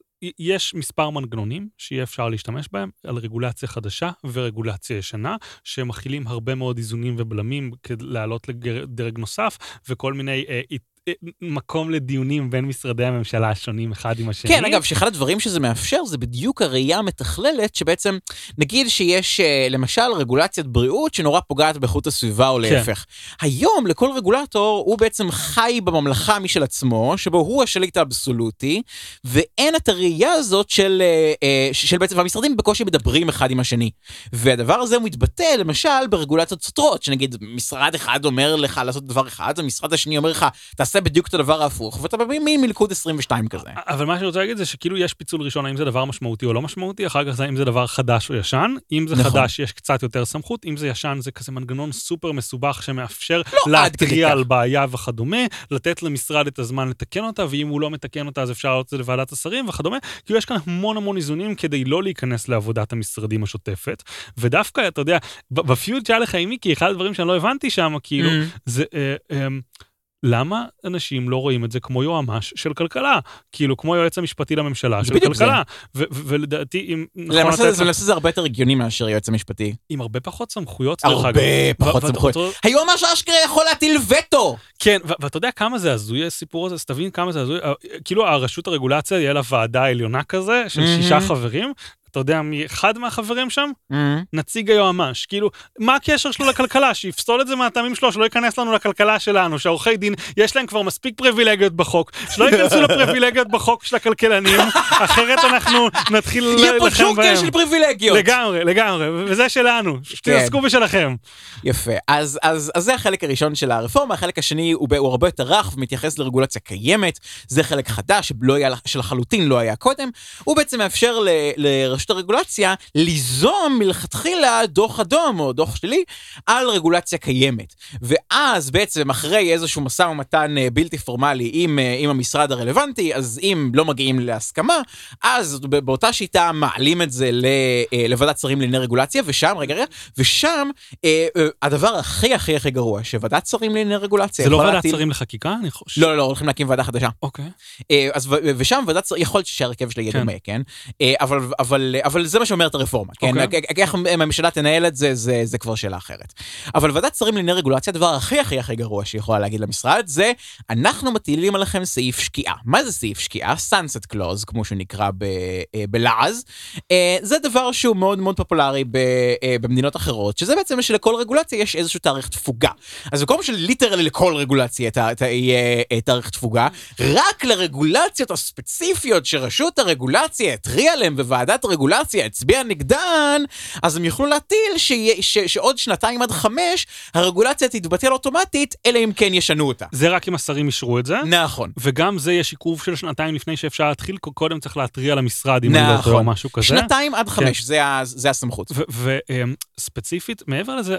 יש מספר מנגנונים שיהיה אפשר להשתמש בהם, על רגולציה חדשה ורגולציה ישנה, שמכילים הרבה מאוד איזונים ובלמים כדי לעלות לדרג נוסף, וכל מיני אה, מקום לדיונים בין משרדי הממשלה השונים אחד עם השני. כן, אגב, שאחד הדברים שזה מאפשר, זה בדיוק הראייה המתכללת, שבעצם, נגיד שיש, למשל, רגולציית בריאות, שנורא פוגעת באיכות הסביבה או להפך. כן. היום, לכל רגולטור, הוא בעצם חי בממלכה משל עצמו, שבו הוא השליט האבסולוטי, ואין את הראייה הזאת של, של בעצם, והמשרדים בקושי מדברים אחד עם השני. והדבר הזה הוא מתבטא, למשל, ברגולציות סותרות, שנגיד, משרד אחד אומר לך לעשות דבר אחד, המשרד השני אומר לך, תעשה בדיוק את הדבר ההפוך, ואתה מבין מלכוד עשרים ושתיים כזה. אבל מה שאני רוצה להגיד זה שכאילו יש פיצול ראשון, האם זה דבר משמעותי או לא משמעותי, אחר כך זה אם זה דבר חדש או ישן, אם זה נכון. חדש יש קצת יותר סמכות, אם זה ישן זה כזה מנגנון סופר מסובך שמאפשר לא להתריע על בעיה וכדומה, לתת למשרד את הזמן לתקן אותה, ואם הוא לא מתקן אותה אז אפשר לעלות את זה לוועדת השרים וכדומה, כי יש כאן המון המון איזונים כדי לא להיכנס לעבודת המשרדים השוטפת, ודווקא אתה יודע, בפיוט שהיה לך עם מיקי, אחד הדברים שאני לא הבנתי שם, כאילו, mm. זה... אה, אה, למה אנשים לא רואים את זה כמו יועמ"ש של כלכלה? כאילו, כמו יועץ המשפטי לממשלה של כלכלה. ולדעתי, אם... למעשה זה הרבה יותר הגיוני מאשר יועץ המשפטי. עם הרבה פחות סמכויות. הרבה פחות סמכויות. היועמ"ש האשכרה יכול להטיל וטו! כן, ואתה יודע כמה זה הזוי, הסיפור הזה, אז תבין כמה זה הזוי. כאילו, הרשות הרגולציה יהיה לה ועדה העליונה כזה, של שישה חברים, אתה יודע, מאחד מהחברים שם, נציג היועמ"ש. כאילו, מה הקשר שלו לכלכלה? שיפסול את זה מהטעמים שלו, שלא ייכנס לנו לכלכלה שלנו, שהעורכי דין, יש להם כבר מספיק פריבילגיות בחוק, שלא ייכנסו לפריבילגיות בחוק של הכלכלנים, אחרת אנחנו נתחיל לחם בהם. יהיה פה ג'ונגל של פריבילגיות. לגמרי, לגמרי, וזה שלנו, שתעסקו בשלכם. יפה, אז, אז, אז זה החלק הראשון של הרפורמה, החלק השני הוא, הוא הרבה יותר רך ומתייחס לרגולציה קיימת, זה חלק חדש, שלחלוטין לא היה קודם, הוא בעצם מאפשר ל, לרשות רשות הרגולציה ליזום מלכתחילה דוח אדום או דוח שלילי על רגולציה קיימת. ואז בעצם אחרי איזשהו משא ומתן בלתי פורמלי עם, עם המשרד הרלוונטי, אז אם לא מגיעים להסכמה, אז באותה שיטה מעלים את זה לוועדת שרים לענייני רגולציה, ושם, רגע רגע, ושם הדבר הכי הכי הכי גרוע, שוועדת שרים לענייני רגולציה... זה לא ועדת שרים לחקיקה? אני חושב... לא, לא, לא, הולכים להקים ועדה חדשה. אוקיי. אז ושם ועדת שרים, יכול להיות שהרכב שלה יהיה דומה, כן? אבל, אבל, אבל זה מה שאומרת הרפורמה, כן? איך הממשלה תנהל את זה, זה, זה כבר שאלה אחרת. אבל ועדת שרים לענייני רגולציה, הדבר הכי הכי הכי גרוע שיכולה להגיד למשרד, זה אנחנו מטילים עליכם סעיף שקיעה. מה זה סעיף שקיעה? sunset clause, כמו שנקרא בלעז. זה דבר שהוא מאוד מאוד פופולרי במדינות אחרות, שזה בעצם שלכל רגולציה יש איזשהו תאריך תפוגה. אז במקום של ליטרלי לכל רגולציה יהיה תאריך תפוגה, רק לרגולציות הספציפיות שרשות הרגולציה התריעה עליהם וועדת הרגולציה הצביעה נגדן, אז הם יוכלו להטיל ש... ש... שעוד שנתיים עד חמש הרגולציה תתבטל אוטומטית, אלא אם כן ישנו אותה. זה רק אם השרים אישרו את זה. נכון. וגם זה יש עיכוב של שנתיים לפני שאפשר להתחיל, קודם צריך להתריע למשרד אם אני לא טועה או משהו כזה. שנתיים עד חמש, זה, זה הסמכות. וספציפית, מעבר לזה,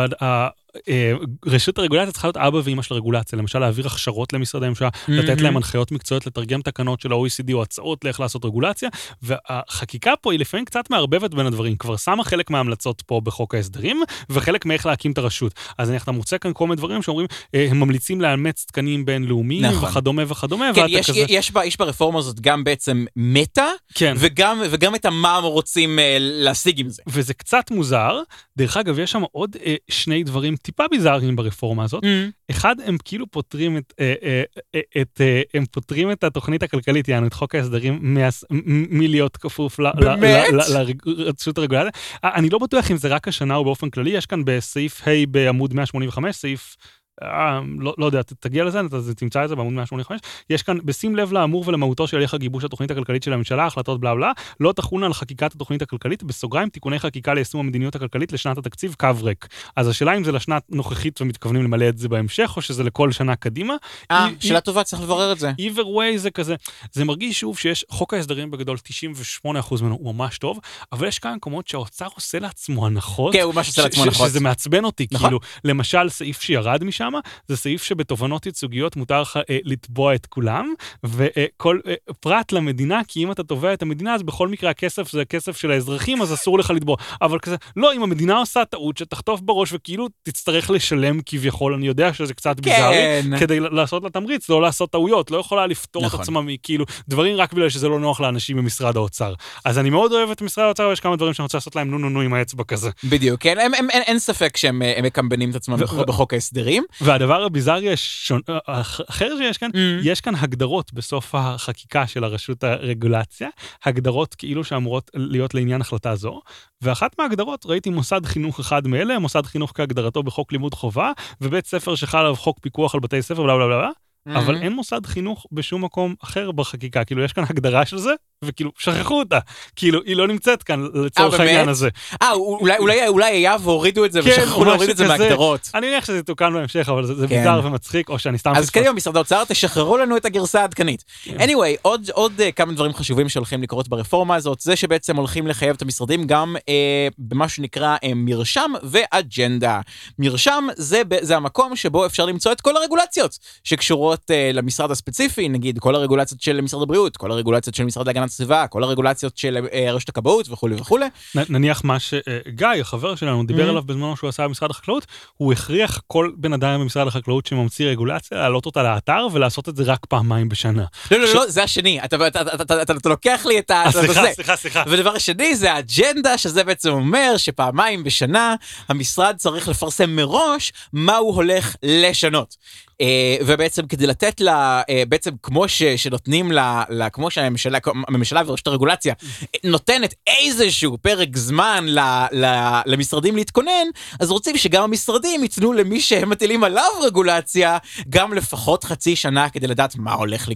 רשות הרגולציה צריכה להיות אבא ואמא של הרגולציה, למשל להעביר הכשרות למשרדי ממשלה, לתת להם הנחיות מקצועיות, לתרגם תקנות של ה-או אי סי די או הצעות לאיך לעשות רגולציה, והחקיקה פה היא לפעמים קצת מערבבת בין הדברים, כבר שמה חלק מההמלצות פה בחוק ההסדרים, וחלק מאיך להקים את הרשות. אז אנחנו מוצא כאן כל מיני דברים שאומרים, הם ממליצים לאמץ תקנים בינלאומיים, וכדומה וכדומה, כן, יש, כזה... יש, בה, יש ברפורמה הזאת גם בעצם מטה, כן. וגם, וגם את מה רוצים להשיג עם זה. וזה קצת מוזר, דרך אגב, יש שם עוד אה, שני דברים טיפה ביזאריים ברפורמה הזאת. Mm. אחד, הם כאילו פותרים את, אה, אה, את, אה, הם פותרים את התוכנית הכלכלית, יענו, את חוק ההסדרים, מלהיות כפוף לרשות הרגולציה. אני לא בטוח אם זה רק השנה או באופן כללי, יש כאן בסעיף ה' בעמוד מאה שמונים וחמש, סעיף... אה, לא, לא יודע, תגיע לזה, אתה תמצא את זה בעמוד מאה שמונים וחמש, יש כאן, בשים לב לאמור ולמהותו של הליך הגיבוש התוכנית הכלכלית של הממשלה, החלטות בלה בלה, לא תחולנה על חקיקת התוכנית הכלכלית, בסוגריים תיקוני חקיקה ליישום המדיניות הכלכלית לשנת התקציב קו ריק. אז השאלה אם זה לשנת נוכחית ומתכוונים למלא את זה בהמשך, או שזה לכל שנה קדימה. אה, שאלה טובה, צריך לברר את זה. either way זה כזה, זה מרגיש שוב שיש חוק ההסדרים בגדול תשעים ושמונה אחוז ממנו הוא ממש טוב, אבל יש כאן מקומות שהאוצר עושה לעצמו הנחות, כן, הוא ממש עושה לעצמו הנחות. שזה מעצבן אותי, כאילו, למשל, סעיף שירד משם, זה סעיף שבתובנות ייצוגיות מותר לך אה, לתבוע את כולם, וכל אה, אה, פרט למדינה, כי אם אתה תובע את המדינה, אז בכל מקרה הכסף זה הכסף של האזרחים, אז אסור לך לתבוע. אבל כזה, לא, אם המדינה עושה טעות, שתחטוף בראש וכאילו תצטרך לשלם כביכול, אני יודע שזה קצת ביזארי, כן. כדי לעשות לה תמריץ, לא לעשות טעויות, לא יכולה לפתור נכון. את עצמה מכאילו, דברים רק בגלל שזה לא נוח לאנשים במשרד האוצר. אז אני מאוד אוהב את משרד האוצר, ויש כמה דברים שאני רוצה לעשות להם נו נו נו עם האצבע כזה. בדיוק, כן, הם, הם, אין, אין ספק שהם הם מקמבנים את עצמם ו- בחוק ההסדרים. והדבר הביזארי אחר שיש כאן, יש כאן הגדרות בסוף החקיקה של הרשות הרגולציה, הגדרות כאילו שאמורות להיות לעניין החלטה זו, ואחת מההגדרות ראיתי מוסד חינוך אחד מאלה, מוסד חינוך כהגדרתו בחוק לימוד חובה, ובית ספר שחל עליו חוק פיקוח על בתי ספר, בלה בלה בלה, אבל אין מוסד חינוך בשום מקום אחר בחקיקה, כאילו יש כאן הגדרה של זה, וכאילו שכחו אותה, כאילו היא לא נמצאת כאן לצורך העניין הזה. אה, אולי היה והורידו את זה, ושכחו להוריד את זה מהגדרות. אני מניח שזה תוקן בהמשך, אבל זה ביזאר ומצחיק, או שאני סתם... אז קדימה, משרד האוצר, תשחררו לנו את הגרסה העדכנית. anyway, עוד כמה דברים חשובים שהולכים לקרות ברפורמה הזאת, זה שבעצם הולכים לחייב את המשרדים גם במה שנקרא מרשם ואג'נדה. מרשם זה המקום שבו אפשר למצוא את כל הרגולציות שקשורות למשרד הספציפי, נגיד כל הרגולציות של משרד הבריאות, כל הרגולציות של משרד להגנת הסביבה, כל הרגולציות של רשת הכבאות וכו' וכו'. נניח מה שגיא, החבר שלנו, דיבר עליו בזמנו שהוא עשה במשרד החקלאות, הוא הכריח כל בן אדם במשרד החקלאות שממציא רגולציה, להעלות אותה לאתר ולעשות את זה רק פעמיים בשנה. לא, לא, לא, זה השני. אתה לוקח לי את זה. סליחה, סליחה, סליחה. ודבר השני זה האג'נדה, שזה בעצם אומר שפעמיים בשנה המשרד צריך לפרסם מראש מה הוא הולך לשנות. ובעצם כדי לתת לה, בעצם כמו שנותנים לה, כמו שהממשלה, הממשלה ורשת הרגולציה נותנת איזשהו פרק זמן למשרדים להתכונן, אז רוצים שגם המשרדים ייתנו למי שהם מטילים עליו רגולציה, גם לפחות חצי שנה כדי לדעת מה הולך לקרות.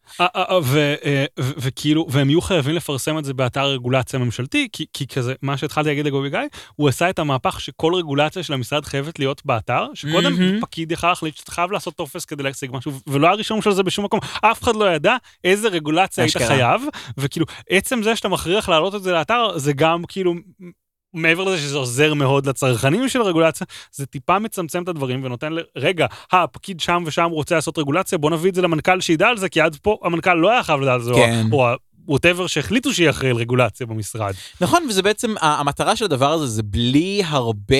וכאילו, והם יהיו חייבים לפרסם את זה באתר רגולציה ממשלתי, כי כזה, מה שהתחלתי להגיד לגבי גיא, הוא עשה את המהפך שכל רגולציה של המשרד חייבת להיות באתר, שקודם פקיד יכל להחליט שאתה חייב לעשות טופס כדי להשיג משהו, ולא הרישום של זה בשום מקום, אף אחד לא ידע איזה רגולציה היית חייב, וכאילו, עצם זה שאתה מכריח להעלות את זה לאתר, זה גם כאילו, מעבר לזה שזה עוזר מאוד לצרכנים של רגולציה, זה טיפה מצמצם את הדברים ונותן לרגע, הפקיד שם ושם רוצה לעשות רגולציה, בוא נביא את זה למנכ"ל שידע על זה, כי עד פה המנכ"ל לא היה חייב לדעת על זה, כן. או whatever שהחליטו שיהיה אחראי על רגולציה במשרד. נכון, וזה בעצם, המטרה של הדבר הזה, זה בלי הרבה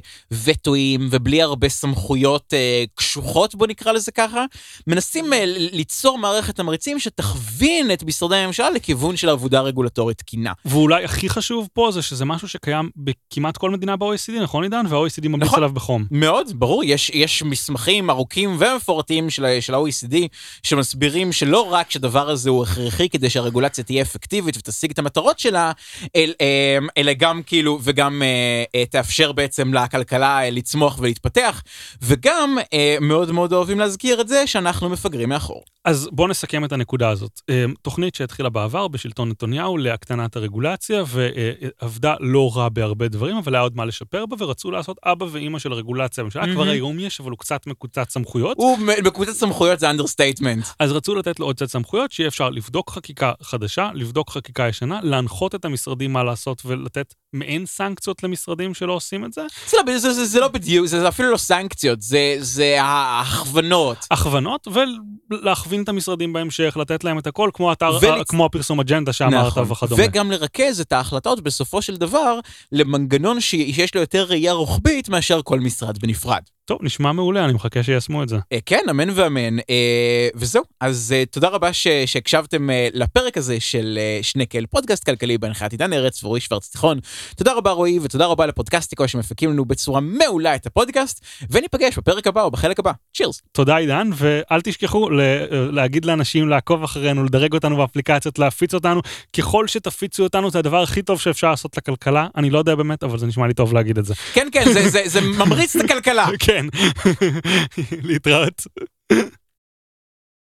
וטויים, ובלי הרבה סמכויות אה, קשוחות, בוא נקרא לזה ככה, מנסים אה, ליצור מערכת תמריצים שתכווין את משרדי הממשלה לכיוון של עבודה רגולטורית תקינה. ואולי הכי חשוב פה זה שזה משהו שקיים בכמעט כל מדינה ב-או אי סי די, נכון עידן? וה-או אי סי די ממליץ נכון, עליו בחום. מאוד, ברור, יש, יש מסמכים ארוכים ומפורטים של, של ה-או אי סי די, שמסבירים שלא רק שהדבר הזה הוא הכרחי כדי שהרגולציה תהיה אפקטיבית ותשיג את המטרות שלה, אל, אלא גם כאילו, וגם תאפשר בעצם לכלכלה לצמוח ולהתפתח, וגם מאוד מאוד אוהבים להזכיר את זה שאנחנו מפגרים מאחור. אז בואו נסכם את הנקודה הזאת. תוכנית שהתחילה בעבר בשלטון נתניהו להקטנת הרגולציה, ועבדה לא רע בהרבה דברים, אבל היה עוד מה לשפר בה, ורצו לעשות אבא ואמא של הרגולציה. הממשלה כבר היום יש, אבל הוא קצת מקוצץ סמכויות. הוא מקוצץ סמכויות, זה אנדרסטייטמנט. אז רצו לתת לו עוד קצת סמכויות, שיהיה אפשר לבדוק חקיקה חדשה, לבדוק חקיקה ישנה, להנחות את המשרדים מה לעשות, ולתת מעין סנקציות למשרדים שלא עושים את זה. זה לא, זה, זה, זה לא בדיוק, זה, זה אפילו לא סנקציות, זה, זה ההכוונות. הכוונות, ולהכווין את המשרדים בהמשך, לתת להם את הכל, כמו אתר, ולצ... כמו הפרסום אג'נדה שאמרת נכון. וכדומה. וגם לרכז את ההחלטות בסופו של דבר, למנגנון שיש לו יותר ראייה רוחבית, מאשר כל משרד בנפרד. טוב, נשמע מעולה, אני מחכה שישמו את זה. כן, אמן ואמן. וזהו, אז תודה רבה שהקשבתם לפרק הזה של שנקל, פודקאסט כלכלי בהנחיית עידן ארץ ורועי שוורץ תיכון. תודה רבה רועי, ותודה רבה לפודקאסטיקו שמפיקים לנו בצורה מעולה את הפודקאסט, וניפגש בפרק הבא או בחלק הבא. צ'ירס. תודה עידן, ואל תשכחו להגיד לאנשים לעקוב אחרינו, לדרג אותנו באפליקציות, להפיץ אותנו. ככל שתפיצו אותנו, זה הדבר הכי טוב שאפשר לעשות לכלכלה. אני לא יודע באמת, אבל זה נשמע לי טוב להגיד את זה. כן, כן, זה, זה, זה ממריץ את הכלכלה. כן. להתראות.